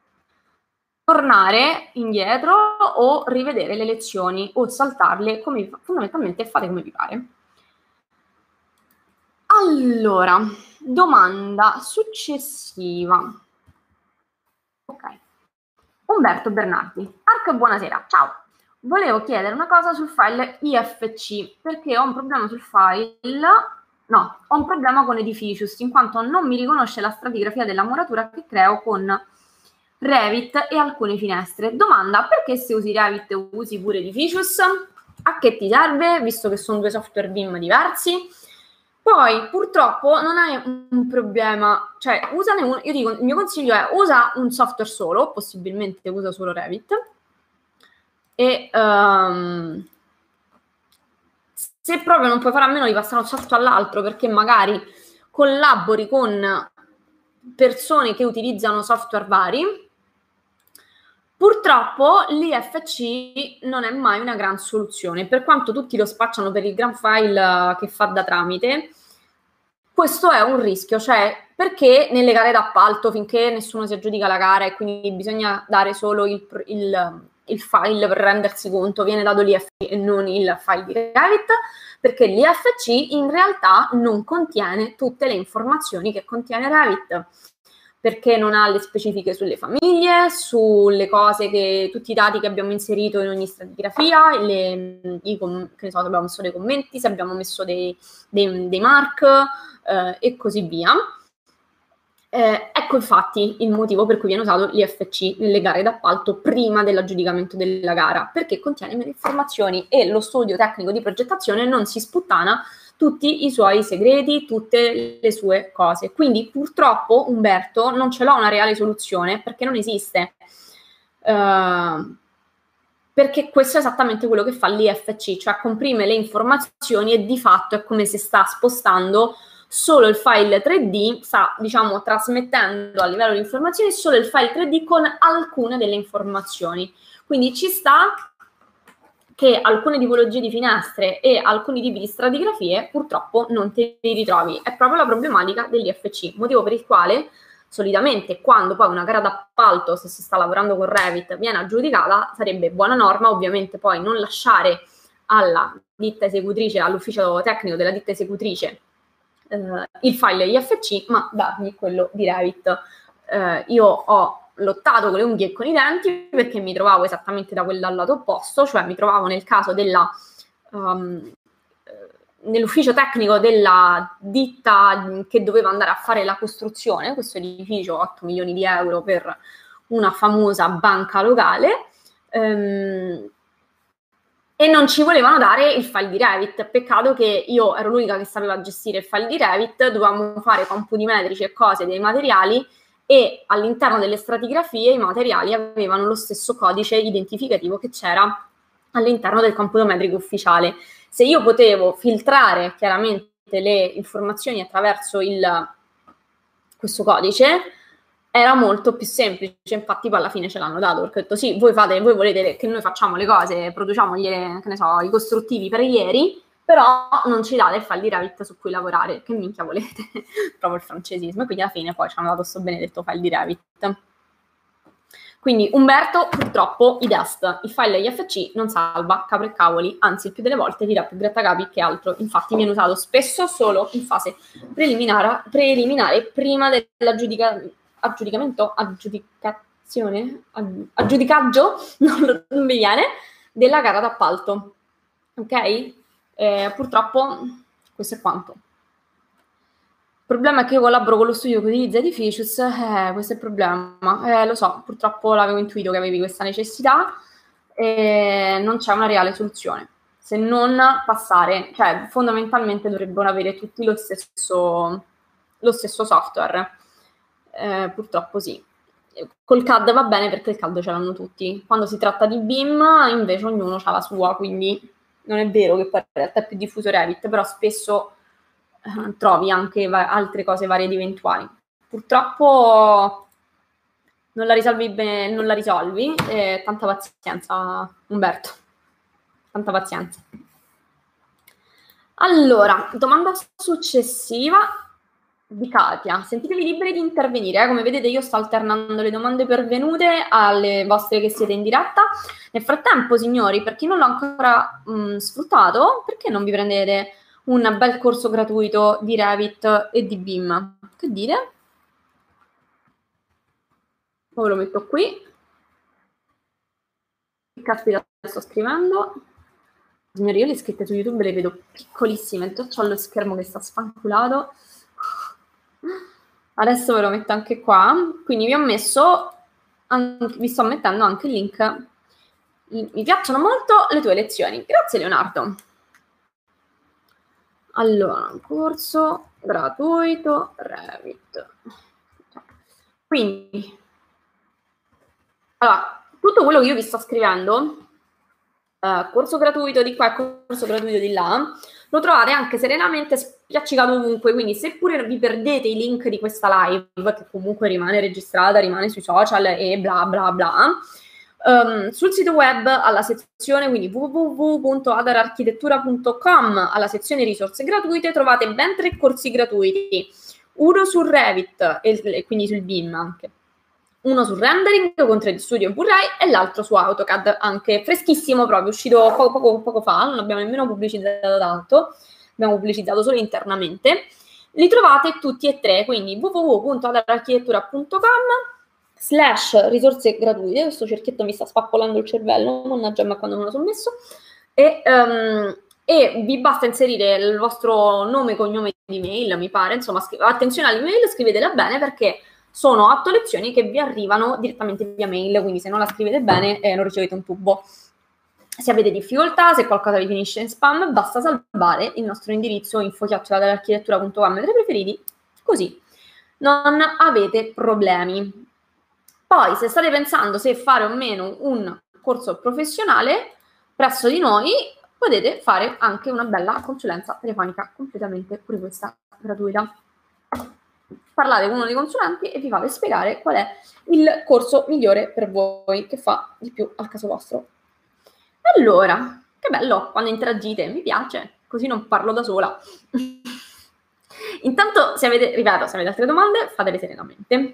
tornare indietro o rivedere le lezioni o saltarle, come fondamentalmente fate come vi pare. Allora, domanda successiva. Ok. Umberto Bernardi. Arco, buonasera. Ciao. Volevo chiedere una cosa sul file I F C, perché ho un problema sul file... No, ho un problema con Edificius, in quanto non mi riconosce la stratigrafia della muratura che creo con Revit e alcune finestre. Domanda, perché se usi Revit usi pure Edificius? A che ti serve, visto che sono due software B I M diversi? Poi, purtroppo, non hai un problema, cioè, usane un, io dico, il mio consiglio è usa un software solo, possibilmente usa solo Revit, e... Um, se proprio non puoi fare a meno di passare da un software all'altro perché magari collabori con persone che utilizzano software vari, purtroppo l'I F C non è mai una gran soluzione. Per quanto tutti lo spacciano per il gran file che fa da tramite, questo è un rischio, cioè perché nelle gare d'appalto, finché nessuno si aggiudica la gara e quindi bisogna dare solo il, il il file per rendersi conto, viene dato l'I F C e non il file di Revit, perché l'I F C in realtà non contiene tutte le informazioni che contiene Revit. perché non ha le specifiche sulle famiglie, sulle cose che, tutti i dati che abbiamo inserito in ogni stratigrafia, le, i, che ne so, se abbiamo messo dei commenti, se abbiamo messo dei, dei, dei mark eh, e così via. Eh, ecco infatti il motivo per cui viene usato l'I F C nelle gare d'appalto prima dell'aggiudicamento della gara, perché contiene meno informazioni e lo studio tecnico di progettazione non si sputtana tutti i suoi segreti, tutte le sue cose. Quindi purtroppo, Umberto, non ce l'ho una reale soluzione perché non esiste. Uh, perché questo è esattamente quello che fa l'I F C, cioè comprime le informazioni e di fatto è come se sta spostando solo il file tre D, sta diciamo trasmettendo a livello di informazioni solo il file tre D con alcune delle informazioni. Quindi ci sta che alcune tipologie di finestre e alcuni tipi di stratigrafie purtroppo non te li ritrovi. È proprio la problematica dell'I F C, motivo per il quale solitamente quando poi una gara d'appalto, se si sta lavorando con Revit, viene aggiudicata, sarebbe buona norma ovviamente poi non lasciare alla ditta esecutrice, all'ufficio tecnico della ditta esecutrice eh, il file I F C, ma dargli quello di Revit. Eh, io ho lottato con le unghie e con i denti perché mi trovavo esattamente da quel dal lato opposto, cioè mi trovavo nel caso della um, nell'ufficio tecnico della ditta che doveva andare a fare la costruzione, questo edificio otto milioni di euro per una famosa banca locale, um, e non ci volevano dare il file di Revit. Peccato che io ero l'unica che sapeva gestire il file di Revit, dovevamo fare compiti metrici e cose dei materiali, e all'interno delle stratigrafie i materiali avevano lo stesso codice identificativo che c'era all'interno del computo metrico ufficiale. Se io potevo filtrare chiaramente le informazioni attraverso il, questo codice, era molto più semplice, infatti poi alla fine ce l'hanno dato, perché ho detto sì, voi, fate, voi volete che noi facciamo le cose, produciamo gli, che ne so, i costruttivi per ieri, però non ci date il file di Revit su cui lavorare, che minchia volete, proprio il francesismo, e quindi alla fine poi ci hanno dato sto benedetto file di Revit. Quindi Umberto, purtroppo, i test, il file I F C non salva capre e cavoli, anzi il più delle volte tira più grattacapi che altro, infatti viene usato spesso solo in fase preliminare, preliminare prima dell'aggiudicamento, aggiudicamento, aggiudicazione, aggiudicaggio, non, non mi viene, della gara d'appalto, ok? Eh, purtroppo questo è quanto. Il problema è che io collaboro con lo studio che utilizza Edificius, eh, questo è il problema. Eh, lo so, purtroppo l'avevo intuito che avevi questa necessità e non c'è una reale soluzione. Se non passare, cioè fondamentalmente dovrebbero avere tutti lo stesso, lo stesso software. Eh, purtroppo sì. Col C A D va bene perché il C A D ce l'hanno tutti. Quando si tratta di B I M invece ognuno ha la sua, quindi non è vero che poi in realtà è più diffuso Revit, però spesso eh, trovi anche va- altre cose varie ed eventuali. Purtroppo non la risolvi bene, non la risolvi, eh, tanta pazienza Umberto, tanta pazienza. Allora, domanda successiva di Katia. Sentitevi liberi di intervenire, eh? Come vedete io sto alternando le domande pervenute alle vostre che siete in diretta. Nel frattempo, signori, per chi non l'ha ancora mh, sfruttato, perché non vi prendete un bel corso gratuito di Revit e di B I M? Che dite? Poi lo metto qui. Caspita, sto scrivendo. Signori, io le scritte su YouTube le vedo piccolissime, già ho lo schermo che sta sfanculato. Adesso ve lo metto anche qua, quindi vi ho messo, vi sto mettendo anche il link. Mi piacciono molto le tue lezioni. Grazie Leonardo. Allora, corso gratuito Revit. Quindi, allora, tutto quello che io vi sto scrivendo, Uh, corso gratuito di qua e corso gratuito di là, lo trovate anche serenamente spiaccicato ovunque, quindi seppure vi perdete i link di questa live, che comunque rimane registrata, rimane sui social e bla bla bla, um, sul sito web alla sezione, quindi w w w punto adararchitettura punto com, alla sezione risorse gratuite, trovate ben tre corsi gratuiti, uno su Revit, e, e quindi sul B I M anche, uno su rendering con tre D Studio e Blu-ray e l'altro su AutoCAD, anche freschissimo proprio, uscito poco, poco, poco fa, non abbiamo nemmeno pubblicizzato tanto, abbiamo pubblicizzato solo internamente. li trovate tutti e tre, quindi w w w punto adararchitettura punto com slash risorse gratuite, questo cerchietto mi sta spappolando il cervello, mannaggia ma quando me lo sono messo, e, um, e vi basta inserire il vostro nome, cognome di mail, mi pare, insomma, attenzione all'email, scrivetela bene perché sono otto lezioni che vi arrivano direttamente via mail, quindi se non la scrivete bene eh, non ricevete un tubo. Se avete difficoltà, se qualcosa vi finisce in spam, basta salvare il nostro indirizzo info chiocciola adararchitettura punto com tra i preferiti, così non avete problemi. Poi, se state pensando se fare o meno un corso professionale, presso di noi potete fare anche una bella consulenza telefonica, completamente pure questa gratuita. Parlate con uno dei consulenti e vi fate spiegare qual è il corso migliore per voi, che fa di più al caso vostro. Allora, che bello quando interagite, mi piace, così non parlo da sola. Intanto, se avete, ripeto, se avete altre domande, fatele serenamente.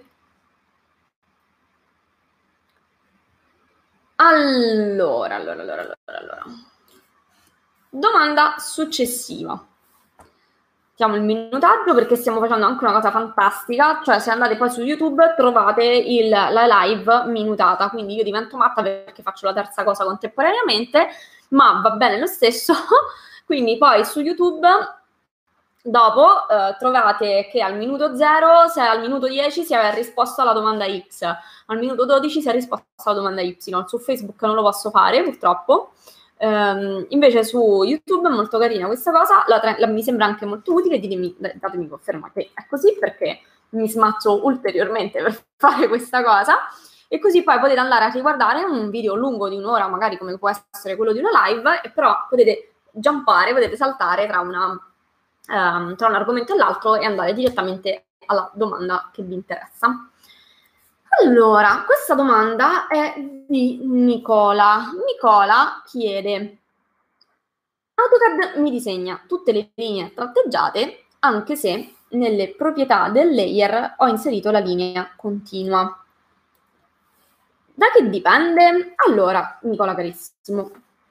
Allora, allora, allora, allora, allora. Domanda successiva. Mettiamo il minutaggio perché stiamo facendo anche una cosa fantastica, cioè se andate poi su YouTube trovate il, la live minutata, quindi io divento matta perché faccio la terza cosa contemporaneamente, ma va bene lo stesso, quindi poi su YouTube dopo eh, trovate che al minuto zero, se al minuto dieci si è risposto alla domanda X, al minuto dodici si è risposto alla domanda Y, su Facebook non lo posso fare purtroppo. Um, invece su YouTube è molto carina questa cosa, la, la, mi sembra anche molto utile, ditemi, datemi conferma che è così perché mi smazzo ulteriormente per fare questa cosa e così poi potete andare a riguardare un video lungo di un'ora magari come può essere quello di una live e però potete jumpare, potete saltare tra, una, um, tra un argomento e l'altro e andare direttamente alla domanda che vi interessa. Allora, questa domanda è di Nicola. Nicola chiede: AutoCAD mi disegna tutte le linee tratteggiate, anche se nelle proprietà del layer ho inserito la linea continua. Da che dipende? Allora, Nicola carissimo,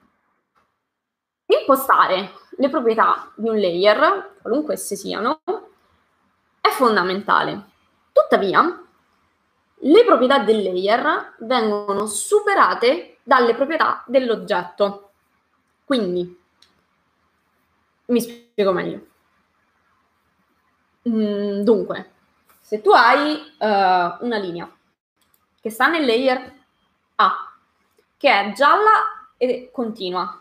impostare le proprietà di un layer, qualunque esse siano, è fondamentale. Tuttavia, le proprietà del layer vengono superate dalle proprietà dell'oggetto. Quindi, mi spiego meglio. Mm, dunque, se tu hai uh, una linea che sta nel layer A, che è gialla e continua,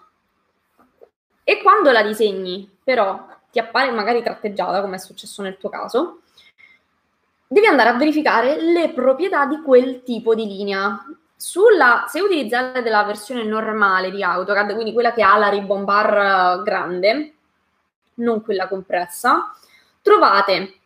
e quando la disegni, però, ti appare magari tratteggiata, come è successo nel tuo caso, devi andare a verificare le proprietà di quel tipo di linea. Sulla, se utilizzate della versione normale di AutoCAD, quindi quella che ha la ribbon bar grande, non quella compressa, trovate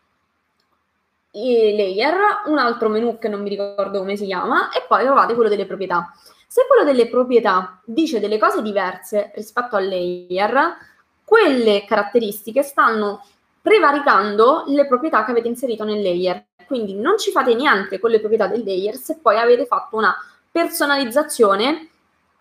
i layer, un altro menu che non mi ricordo come si chiama, e poi trovate quello delle proprietà. Se quello delle proprietà dice delle cose diverse rispetto al layer, quelle caratteristiche stanno prevaricando le proprietà che avete inserito nel layer. Quindi non ci fate niente con le proprietà del layer se poi avete fatto una personalizzazione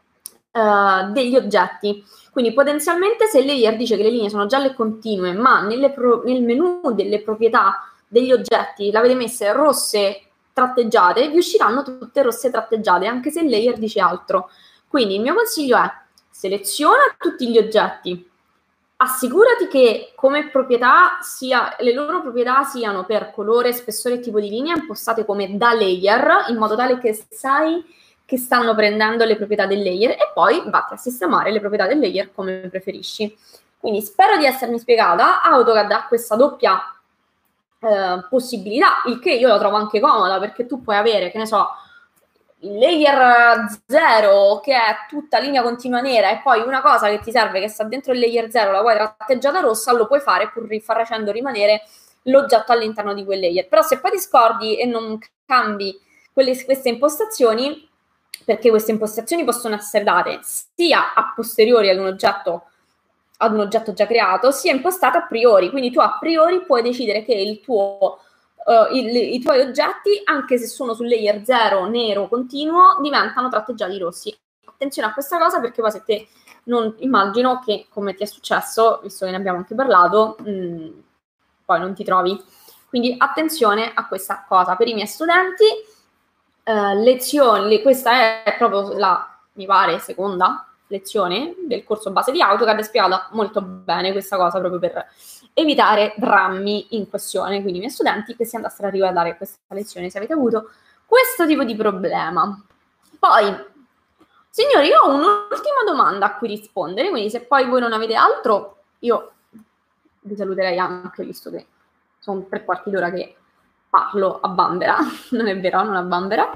uh, degli oggetti. Quindi potenzialmente se il layer dice che le linee sono gialle e continue, ma nelle pro- nel menu delle proprietà degli oggetti l'avete messe rosse tratteggiate, vi usciranno tutte rosse tratteggiate, anche se il layer dice altro. Quindi il mio consiglio è: seleziona tutti gli oggetti, assicurati che come proprietà sia, le loro proprietà siano per colore, spessore e tipo di linea impostate come da layer, in modo tale che sai che stanno prendendo le proprietà del layer, e poi vatti a sistemare le proprietà del layer come preferisci. Quindi spero di essermi spiegata. AutoCAD ha questa doppia eh, possibilità, il che io la trovo anche comoda, perché tu puoi avere, che ne so, il layer zero che è tutta linea continua nera e poi una cosa che ti serve che sta dentro il layer zero la vuoi tratteggiata rossa, lo puoi fare pur facendo rimanere l'oggetto all'interno di quel layer. Però se poi ti scordi e non cambi quelle, queste impostazioni, perché queste impostazioni possono essere date sia a posteriori ad un oggetto ad un oggetto già creato, sia impostate a priori, quindi tu a priori puoi decidere che il tuo Uh, il, i tuoi oggetti, anche se sono sul layer zero nero continuo, diventano tratteggiati rossi. Attenzione a questa cosa, perché poi se te non immagino che, come ti è successo, visto che ne abbiamo anche parlato, mh, poi non ti trovi. Quindi attenzione a questa cosa. Per i miei studenti, eh, lezioni, questa è proprio la, mi pare, seconda lezione del corso base di AutoCAD, è spiegata molto bene questa cosa proprio per evitare drammi in questione. Quindi i miei studenti che si andassero a riguardare questa lezione se avete avuto questo tipo di problema. Poi, signori, io ho un'ultima domanda a cui rispondere, quindi se poi voi non avete altro, io vi saluterei anche, visto che sono tre quarti d'ora che parlo a bambera, non è vero, non a bambera.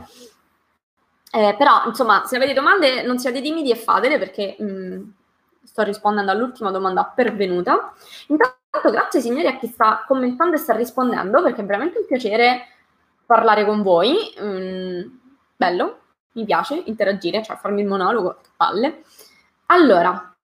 Eh, però, insomma, se avete domande non siate timidi e fatele, perché mh, sto rispondendo all'ultima domanda pervenuta. Intanto, grazie signori a chi sta commentando e sta rispondendo, perché è veramente un piacere parlare con voi. Mm, bello, mi piace interagire, cioè farmi il monologo, che palle. Allora,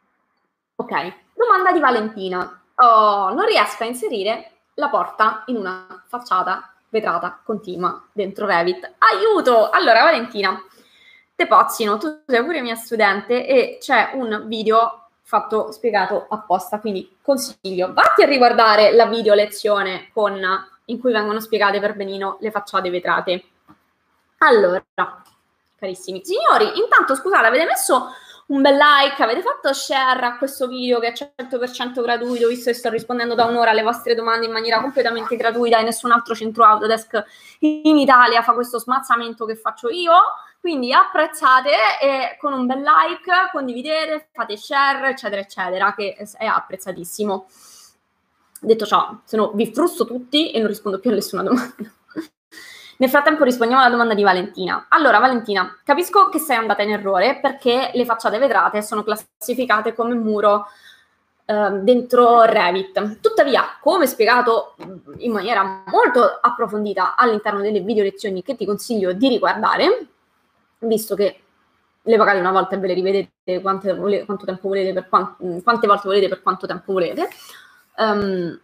ok, domanda di Valentina. Oh, non riesco a inserire la porta in una facciata vetrata continua dentro Revit. Aiuto! Allora, Valentina, te pozzino, tu sei pure mia studente e c'è un video fatto, spiegato apposta, quindi consiglio, vatti a riguardare la video lezione con, in cui vengono spiegate per benino le facciate vetrate. Allora, carissimi signori, intanto scusate, avete messo un bel like, avete fatto share a questo video che è cento per cento gratuito, visto che sto rispondendo da un'ora alle vostre domande in maniera completamente gratuita e nessun altro centro Autodesk in Italia fa questo smazzamento che faccio io, quindi apprezzate e con un bel like condividete, fate share, eccetera, eccetera, che è apprezzatissimo. Detto ciò, se no vi frusto tutti e non rispondo più a nessuna domanda. Nel frattempo rispondiamo alla domanda di Valentina. Allora, Valentina, capisco che sei andata in errore perché le facciate vetrate sono classificate come muro eh, dentro Revit. Tuttavia, come spiegato in maniera molto approfondita all'interno delle video lezioni che ti consiglio di riguardare, visto che le pagate una volta e ve le rivedete quante, vole, quanto tempo volete, per quant, quante volte volete, per quanto tempo volete, um,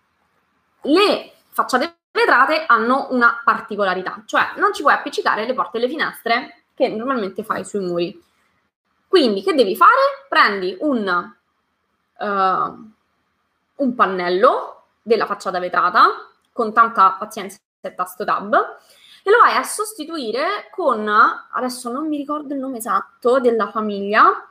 le facciate vetrate hanno una particolarità, cioè non ci puoi appiccicare le porte e le finestre che normalmente fai sui muri. Quindi che devi fare? Prendi un, uh, un pannello della facciata vetrata con tanta pazienza e tasto tab e lo vai a sostituire con, adesso non mi ricordo il nome esatto della famiglia,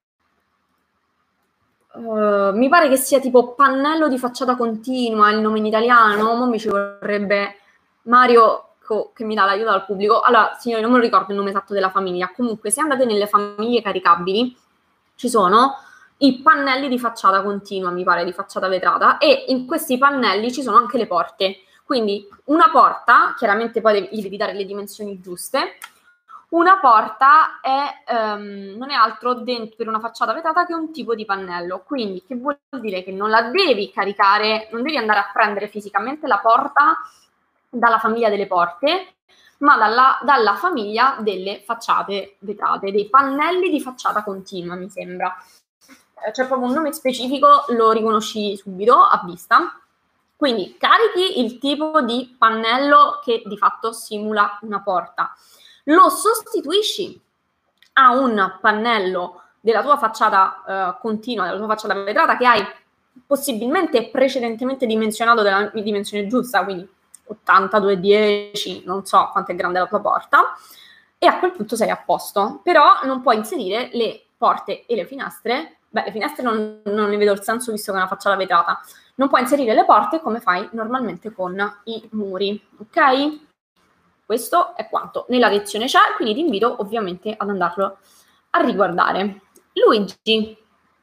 Uh, mi pare che sia tipo pannello di facciata continua il nome in italiano, ma mi ci vorrebbe Mario co- che mi dà l'aiuto dal pubblico. Allora, signori, non me lo ricordo il nome esatto della famiglia. Comunque, se andate nelle famiglie caricabili, ci sono i pannelli di facciata continua, mi pare, di facciata vetrata, e in questi pannelli ci sono anche le porte. Quindi una porta, chiaramente poi devi, gli devi dare le dimensioni giuste. Una porta è, um, non è altro dentro per una facciata vetrata che un tipo di pannello, quindi che vuol dire che non la devi caricare, non devi andare a prendere fisicamente la porta dalla famiglia delle porte, ma dalla, dalla famiglia delle facciate vetrate, dei pannelli di facciata continua, mi sembra. C'è proprio un nome specifico, lo riconosci subito a vista. Quindi carichi il tipo di pannello che di fatto simula una porta. Lo sostituisci a un pannello della tua facciata uh, continua, della tua facciata vetrata che hai possibilmente precedentemente dimensionato della dimensione giusta, quindi ottantadue dieci, non so quanto è grande la tua porta, e a quel punto sei a posto. Però non puoi inserire le porte e le finestre, beh, le finestre non, non ne vedo il senso visto che è una facciata vetrata, non puoi inserire le porte come fai normalmente con i muri, ok? Questo è quanto nella lezione c'è, quindi ti invito ovviamente ad andarlo a riguardare. Luigi.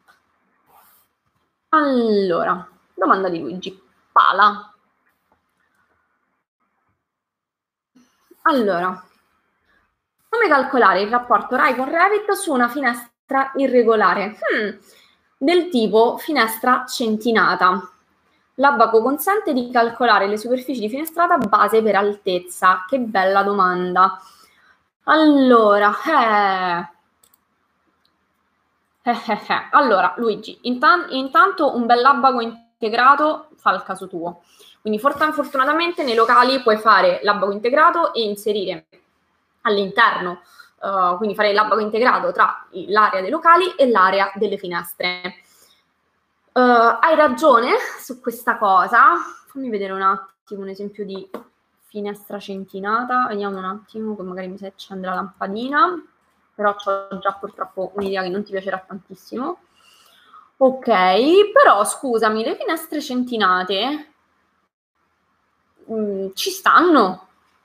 Allora, domanda di Luigi. Pala. Allora, come calcolare il rapporto R A I con Revit su una finestra irregolare? Hmm, del tipo finestra centinata. L'Abaco consente di calcolare le superfici di finestrata base per altezza. Che bella domanda. Allora, eh... Eh, eh, eh. Allora, Luigi, intan- intanto un bell'abaco integrato fa il caso tuo. Quindi fortunatamente nei locali puoi fare l'abaco integrato e inserire all'interno, uh, quindi fare l'abaco integrato tra l'area dei locali e l'area delle finestre. Uh, hai ragione su questa cosa. Fammi vedere un attimo un esempio di finestra centinata. Vediamo un attimo, che magari mi si accende la lampadina. Però ho già purtroppo un'idea che non ti piacerà tantissimo. Ok, però scusami, le finestre centinate mh, ci stanno.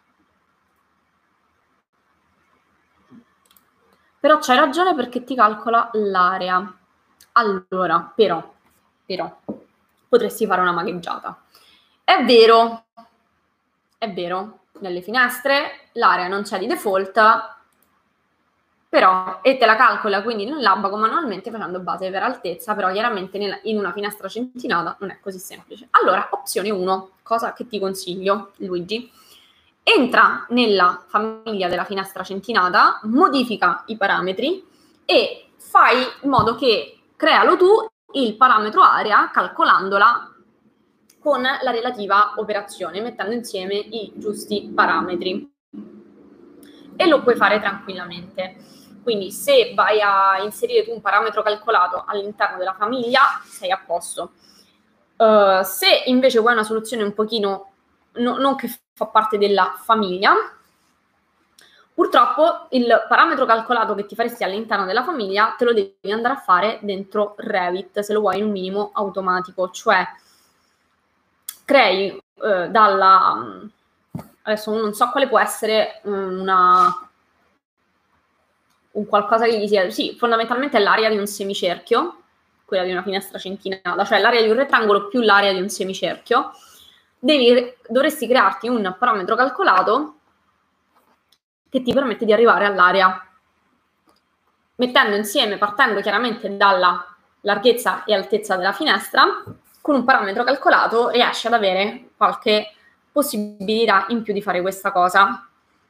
Però c'hai ragione perché ti calcola l'area. Allora, però, però, potresti fare una magheggiata. È vero, è vero, nelle finestre l'area non c'è di default, però, e te la calcola quindi nell'abaco manualmente facendo base per altezza, però chiaramente nella, in una finestra centinata non è così semplice. Allora, opzione uno, cosa che ti consiglio, Luigi, entra nella famiglia della finestra centinata, modifica i parametri e fai in modo che crealo tu il parametro area calcolandola con la relativa operazione, mettendo insieme i giusti parametri. E lo puoi fare tranquillamente. Quindi se vai a inserire tu un parametro calcolato all'interno della famiglia, sei a posto. Uh, se invece vuoi una soluzione un pochino no, non che fa parte della famiglia, purtroppo il parametro calcolato che ti faresti all'interno della famiglia te lo devi andare a fare dentro Revit, se lo vuoi in un minimo automatico, cioè crei uh, dalla... adesso non so quale può essere una... un qualcosa che gli sia... Sì, fondamentalmente è l'area di un semicerchio, quella di una finestra centinata, cioè l'area di un rettangolo più l'area di un semicerchio. Devi, dovresti crearti un parametro calcolato che ti permette di arrivare all'area, mettendo insieme, partendo chiaramente dalla larghezza e altezza della finestra, con un parametro calcolato riesci ad avere qualche possibilità in più di fare questa cosa.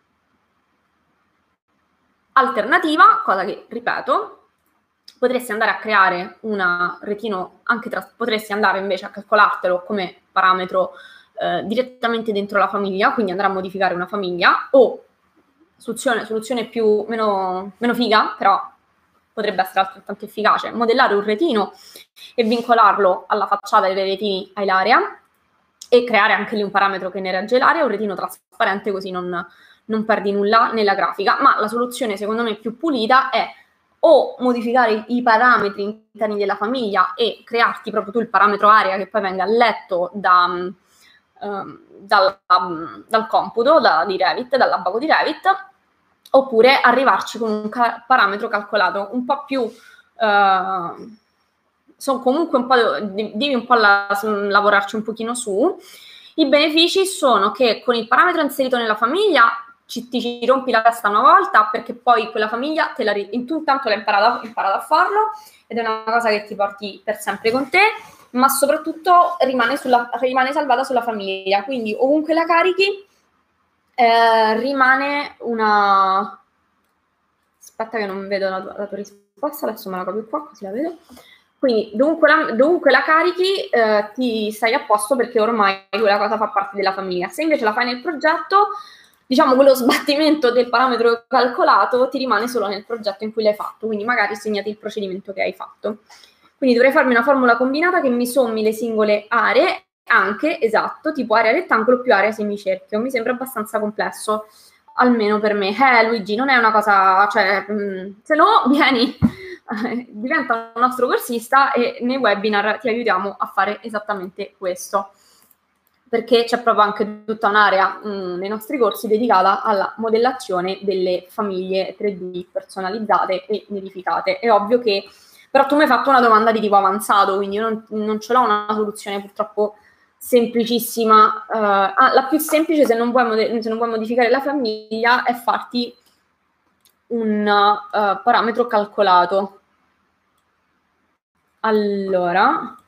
Alternativa, cosa che ripeto, potresti andare a creare una retino, anche tra, potresti andare invece a calcolartelo come parametro eh, direttamente dentro la famiglia, quindi andare a modificare una famiglia, o soluzione, soluzione più, meno, meno figa, però potrebbe essere altrettanto efficace, modellare un retino e vincolarlo alla facciata dei retini all'area e creare anche lì un parametro che ne regge l'area, un retino trasparente, così non, non perdi nulla nella grafica. Ma la soluzione secondo me più pulita è o modificare i parametri interni della famiglia e crearti proprio tu il parametro area che poi venga letto da, um, dal, um, dal computo da, di Revit, dall'abaco di Revit, oppure arrivarci con un ca- parametro calcolato un po' più... Uh, sono comunque un po', devi un po' la, lavorarci un pochino su. I benefici sono che con il parametro inserito nella famiglia ci, ti ci rompi la testa una volta, perché poi quella famiglia te la, tu intanto l'hai imparato, imparato a farlo ed è una cosa che ti porti per sempre con te, ma soprattutto rimane, sulla, rimane salvata sulla famiglia, quindi ovunque la carichi eh, rimane una... Aspetta che non vedo la tua, la tua risposta, adesso me la copio qua così la vedo. Quindi dovunque la, dovunque la carichi eh, ti stai a posto, perché ormai quella cosa fa parte della famiglia. Se invece la fai nel progetto, diciamo quello sbattimento del parametro calcolato ti rimane solo nel progetto in cui l'hai fatto, quindi magari segnati il procedimento che hai fatto. Quindi dovrei farmi una formula combinata che mi sommi le singole aree, anche, esatto, tipo area rettangolo più area semicerchio. Mi sembra abbastanza complesso, almeno per me. Eh Luigi, non è una cosa, cioè, mh, se no vieni... diventa un nostro corsista e nei webinar ti aiutiamo a fare esattamente questo, perché c'è proprio anche tutta un'area mh, nei nostri corsi dedicata alla modellazione delle famiglie tre D personalizzate e nidificate. È ovvio che, però tu mi hai fatto una domanda di tipo avanzato, quindi io non, non ce l'ho una soluzione purtroppo semplicissima. Uh, ah, la più semplice, se non, vuoi se non vuoi modificare la famiglia, è farti un uh, parametro calcolato. Allora,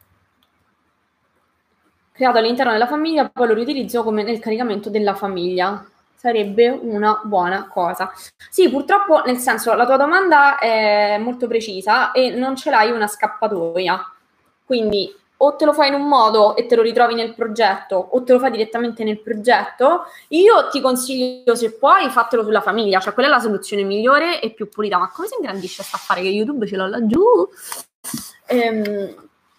creato all'interno della famiglia, poi lo riutilizzo come nel caricamento della famiglia. Sarebbe una buona cosa. Sì, purtroppo, nel senso, la tua domanda è molto precisa e non ce l'hai una scappatoia. Quindi o te lo fai in un modo e te lo ritrovi nel progetto, o te lo fai direttamente nel progetto. Io ti consiglio, se puoi, fatelo sulla famiglia, cioè quella è la soluzione migliore e più pulita. Ma come si ingrandisce sta affare che YouTube ce l'ho laggiù? Ehm,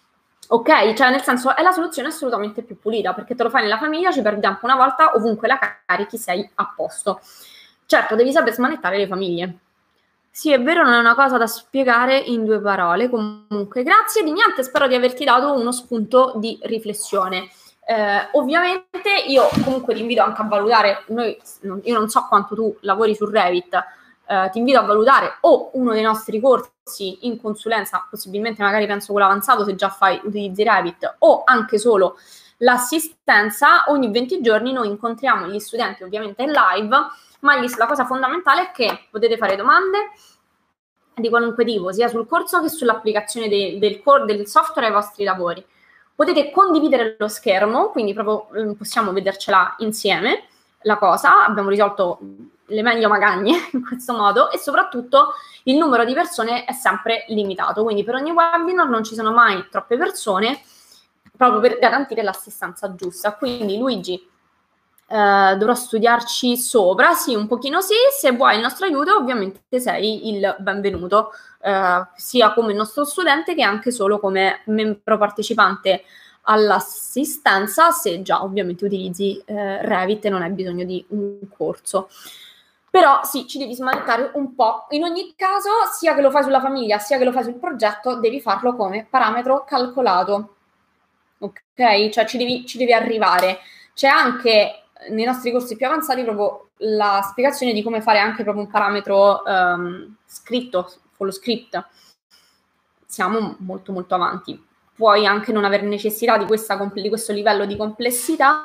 Ok? Cioè, nel senso, è la soluzione assolutamente più pulita, perché te lo fai nella famiglia, ci perdi tempo una volta, ovunque la carichi sei a posto. Certo, devi saper smanettare le famiglie. Sì, è vero, non è una cosa da spiegare in due parole. Comunque, grazie di niente, spero di averti dato uno spunto di riflessione. Eh, ovviamente io comunque ti invito anche a valutare, noi, io non so quanto tu lavori su Revit, eh, ti invito a valutare o uno dei nostri corsi in consulenza, possibilmente magari penso quello avanzato se già fai, utilizzi Revit, o anche solo l'assistenza. Ogni venti giorni noi incontriamo gli studenti ovviamente in live, ma la cosa fondamentale è che potete fare domande di qualunque tipo, sia sul corso che sull'applicazione de, del, del software ai vostri lavori. Potete condividere lo schermo, quindi proprio possiamo vedercela insieme la cosa, abbiamo risolto le meglio magagne in questo modo, e soprattutto il numero di persone è sempre limitato, quindi per ogni webinar non ci sono mai troppe persone, proprio per garantire l'assistenza giusta. Quindi Luigi, Uh, dovrò studiarci sopra, sì, un pochino sì, se vuoi il nostro aiuto ovviamente sei il benvenuto, uh, sia come nostro studente che anche solo come membro partecipante all'assistenza, se già ovviamente utilizzi uh, Revit e non hai bisogno di un corso. Però sì, ci devi smanettare un po'. In ogni caso, sia che lo fai sulla famiglia, sia che lo fai sul progetto, devi farlo come parametro calcolato, ok? Cioè ci devi, ci devi arrivare. C'è anche nei nostri corsi più avanzati proprio la spiegazione di come fare anche proprio un parametro um, scritto con lo script. Siamo molto molto avanti. Puoi anche non avere necessità di, questa, di questo livello di complessità,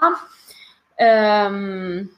um,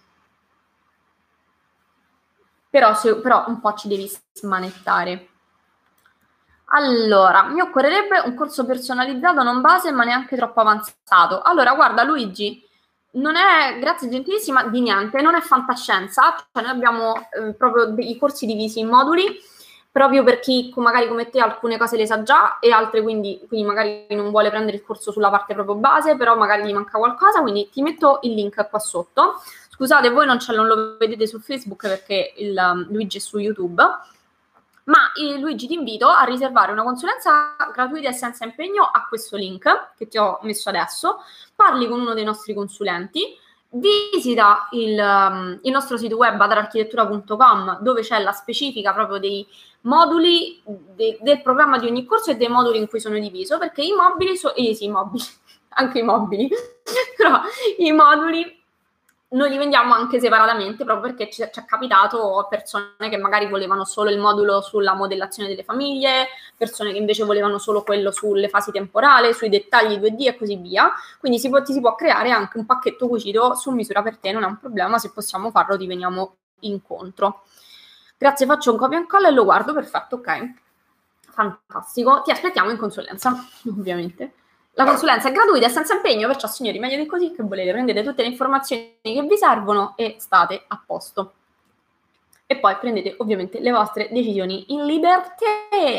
però, se, però un po' ci devi smanettare. Allora, mi occorrerebbe un corso personalizzato, non base, ma neanche troppo avanzato. Allora, guarda Luigi, non è, grazie gentilissima, di niente, non è fantascienza, cioè noi abbiamo eh, proprio dei corsi divisi in moduli, proprio per chi magari come te alcune cose le sa già e altre quindi, quindi magari non vuole prendere il corso sulla parte proprio base, però magari gli manca qualcosa, quindi ti metto il link qua sotto. Scusate, voi non, non lo vedete su Facebook perché il um, Luigi è su YouTube, ma eh, Luigi ti invito a riservare una consulenza gratuita e senza impegno a questo link che ti ho messo adesso. Parli con uno dei nostri consulenti, visita il, um, il nostro sito web adararchitettura punto com, dove c'è la specifica proprio dei moduli de, del programma di ogni corso e dei moduli in cui sono diviso, perché i mobili sono, eh sì, i mobili, anche i mobili, però i moduli noi li vendiamo anche separatamente, proprio perché ci, ci è capitato persone che magari volevano solo il modulo sulla modellazione delle famiglie, persone che invece volevano solo quello sulle fasi temporali, sui dettagli due D e così via. Quindi si può, ti si può creare anche un pacchetto cucito su misura per te, non è un problema, se possiamo farlo ti veniamo incontro. Grazie, faccio un copia e incolla e lo guardo, perfetto, ok. Fantastico, ti aspettiamo in consulenza, ovviamente. La consulenza è gratuita e senza impegno, perciò signori, meglio di così che volete, prendete tutte le informazioni che vi servono e state a posto. E poi prendete ovviamente le vostre decisioni in libertà.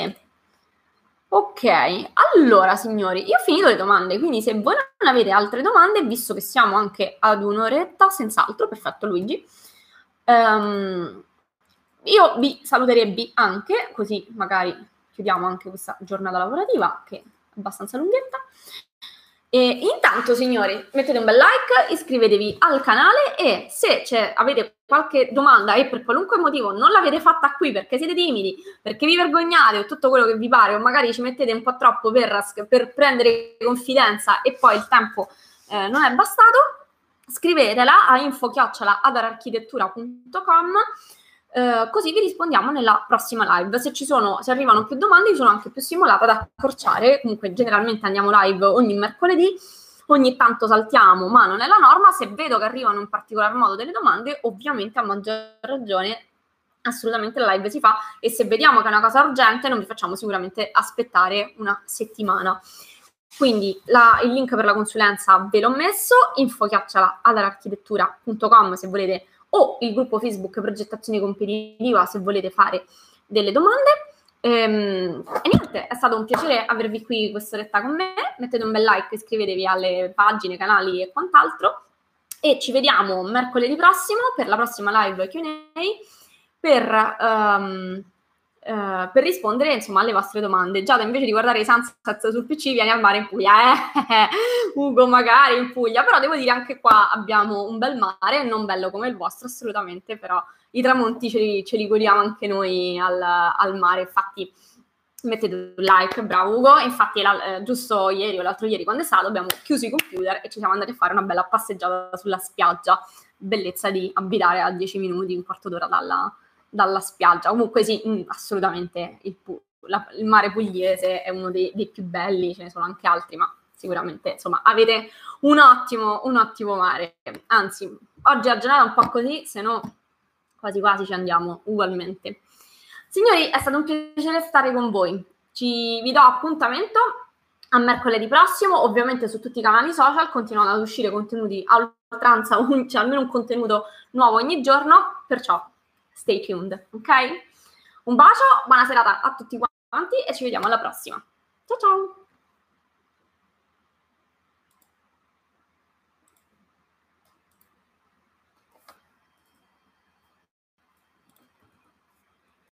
Ok, allora signori, io ho finito le domande, quindi se voi non avete altre domande, visto che siamo anche ad un'oretta, senz'altro, perfetto Luigi, um, io vi saluterebbe anche, così magari chiudiamo anche questa giornata lavorativa, che è abbastanza lunghetta. E intanto, signori, mettete un bel like, iscrivetevi al canale e se avete qualche domanda e per qualunque motivo non l'avete fatta qui perché siete timidi, perché vi vergognate o tutto quello che vi pare, o magari ci mettete un po' troppo per, per prendere confidenza e poi il tempo eh, non è bastato, scrivetela a info chiocciola adararchitettura punto com. Uh, così vi rispondiamo nella prossima live. Se ci sono, se arrivano più domande, io sono anche più stimolata ad accorciare. Comunque, generalmente andiamo live ogni mercoledì, ogni tanto saltiamo, ma non è la norma. Se vedo che arrivano in particolar modo delle domande, ovviamente a maggior ragione, assolutamente la live si fa. E se vediamo che è una cosa urgente, non vi facciamo sicuramente aspettare una settimana. Quindi la, il link per la consulenza ve l'ho messo, info chiocciola adararchitettura punto com se volete, o il gruppo Facebook Progettazione Competitiva se volete fare delle domande. Ehm, e niente, è stato un piacere avervi qui quest'oretta con me. Mettete un bel like, iscrivetevi alle pagine, canali e quant'altro e ci vediamo mercoledì prossimo per la prossima live Q and A per um, eh, per rispondere insomma alle vostre domande. Giada, invece di guardare i Sunset sul P C, vieni al mare in Puglia. Eh, Ugo, magari in Puglia, però devo dire anche qua abbiamo un bel mare, non bello come il vostro assolutamente, però i tramonti ce li, ce li godiamo anche noi al, al mare. Infatti mettete un like, bravo Ugo. Infatti la, eh, giusto ieri o l'altro ieri quando è stato abbiamo chiuso i computer e ci siamo andati a fare una bella passeggiata sulla spiaggia. Bellezza di abitare a dieci minuti, un quarto d'ora dalla, dalla spiaggia. Comunque sì, mh, assolutamente il, la, il mare pugliese è uno dei, dei più belli, ce ne sono anche altri, ma sicuramente insomma avete un ottimo, un ottimo mare. Anzi, oggi la giornata è un po' così, se no quasi quasi ci andiamo ugualmente. Signori, è stato un piacere stare con voi. Ci, vi do appuntamento a mercoledì prossimo, ovviamente su tutti i canali social, continuano ad uscire contenuti a oltranza, un, cioè almeno un contenuto nuovo ogni giorno, perciò stay tuned, ok? Un bacio, buona serata a tutti quanti e ci vediamo alla prossima. Ciao ciao!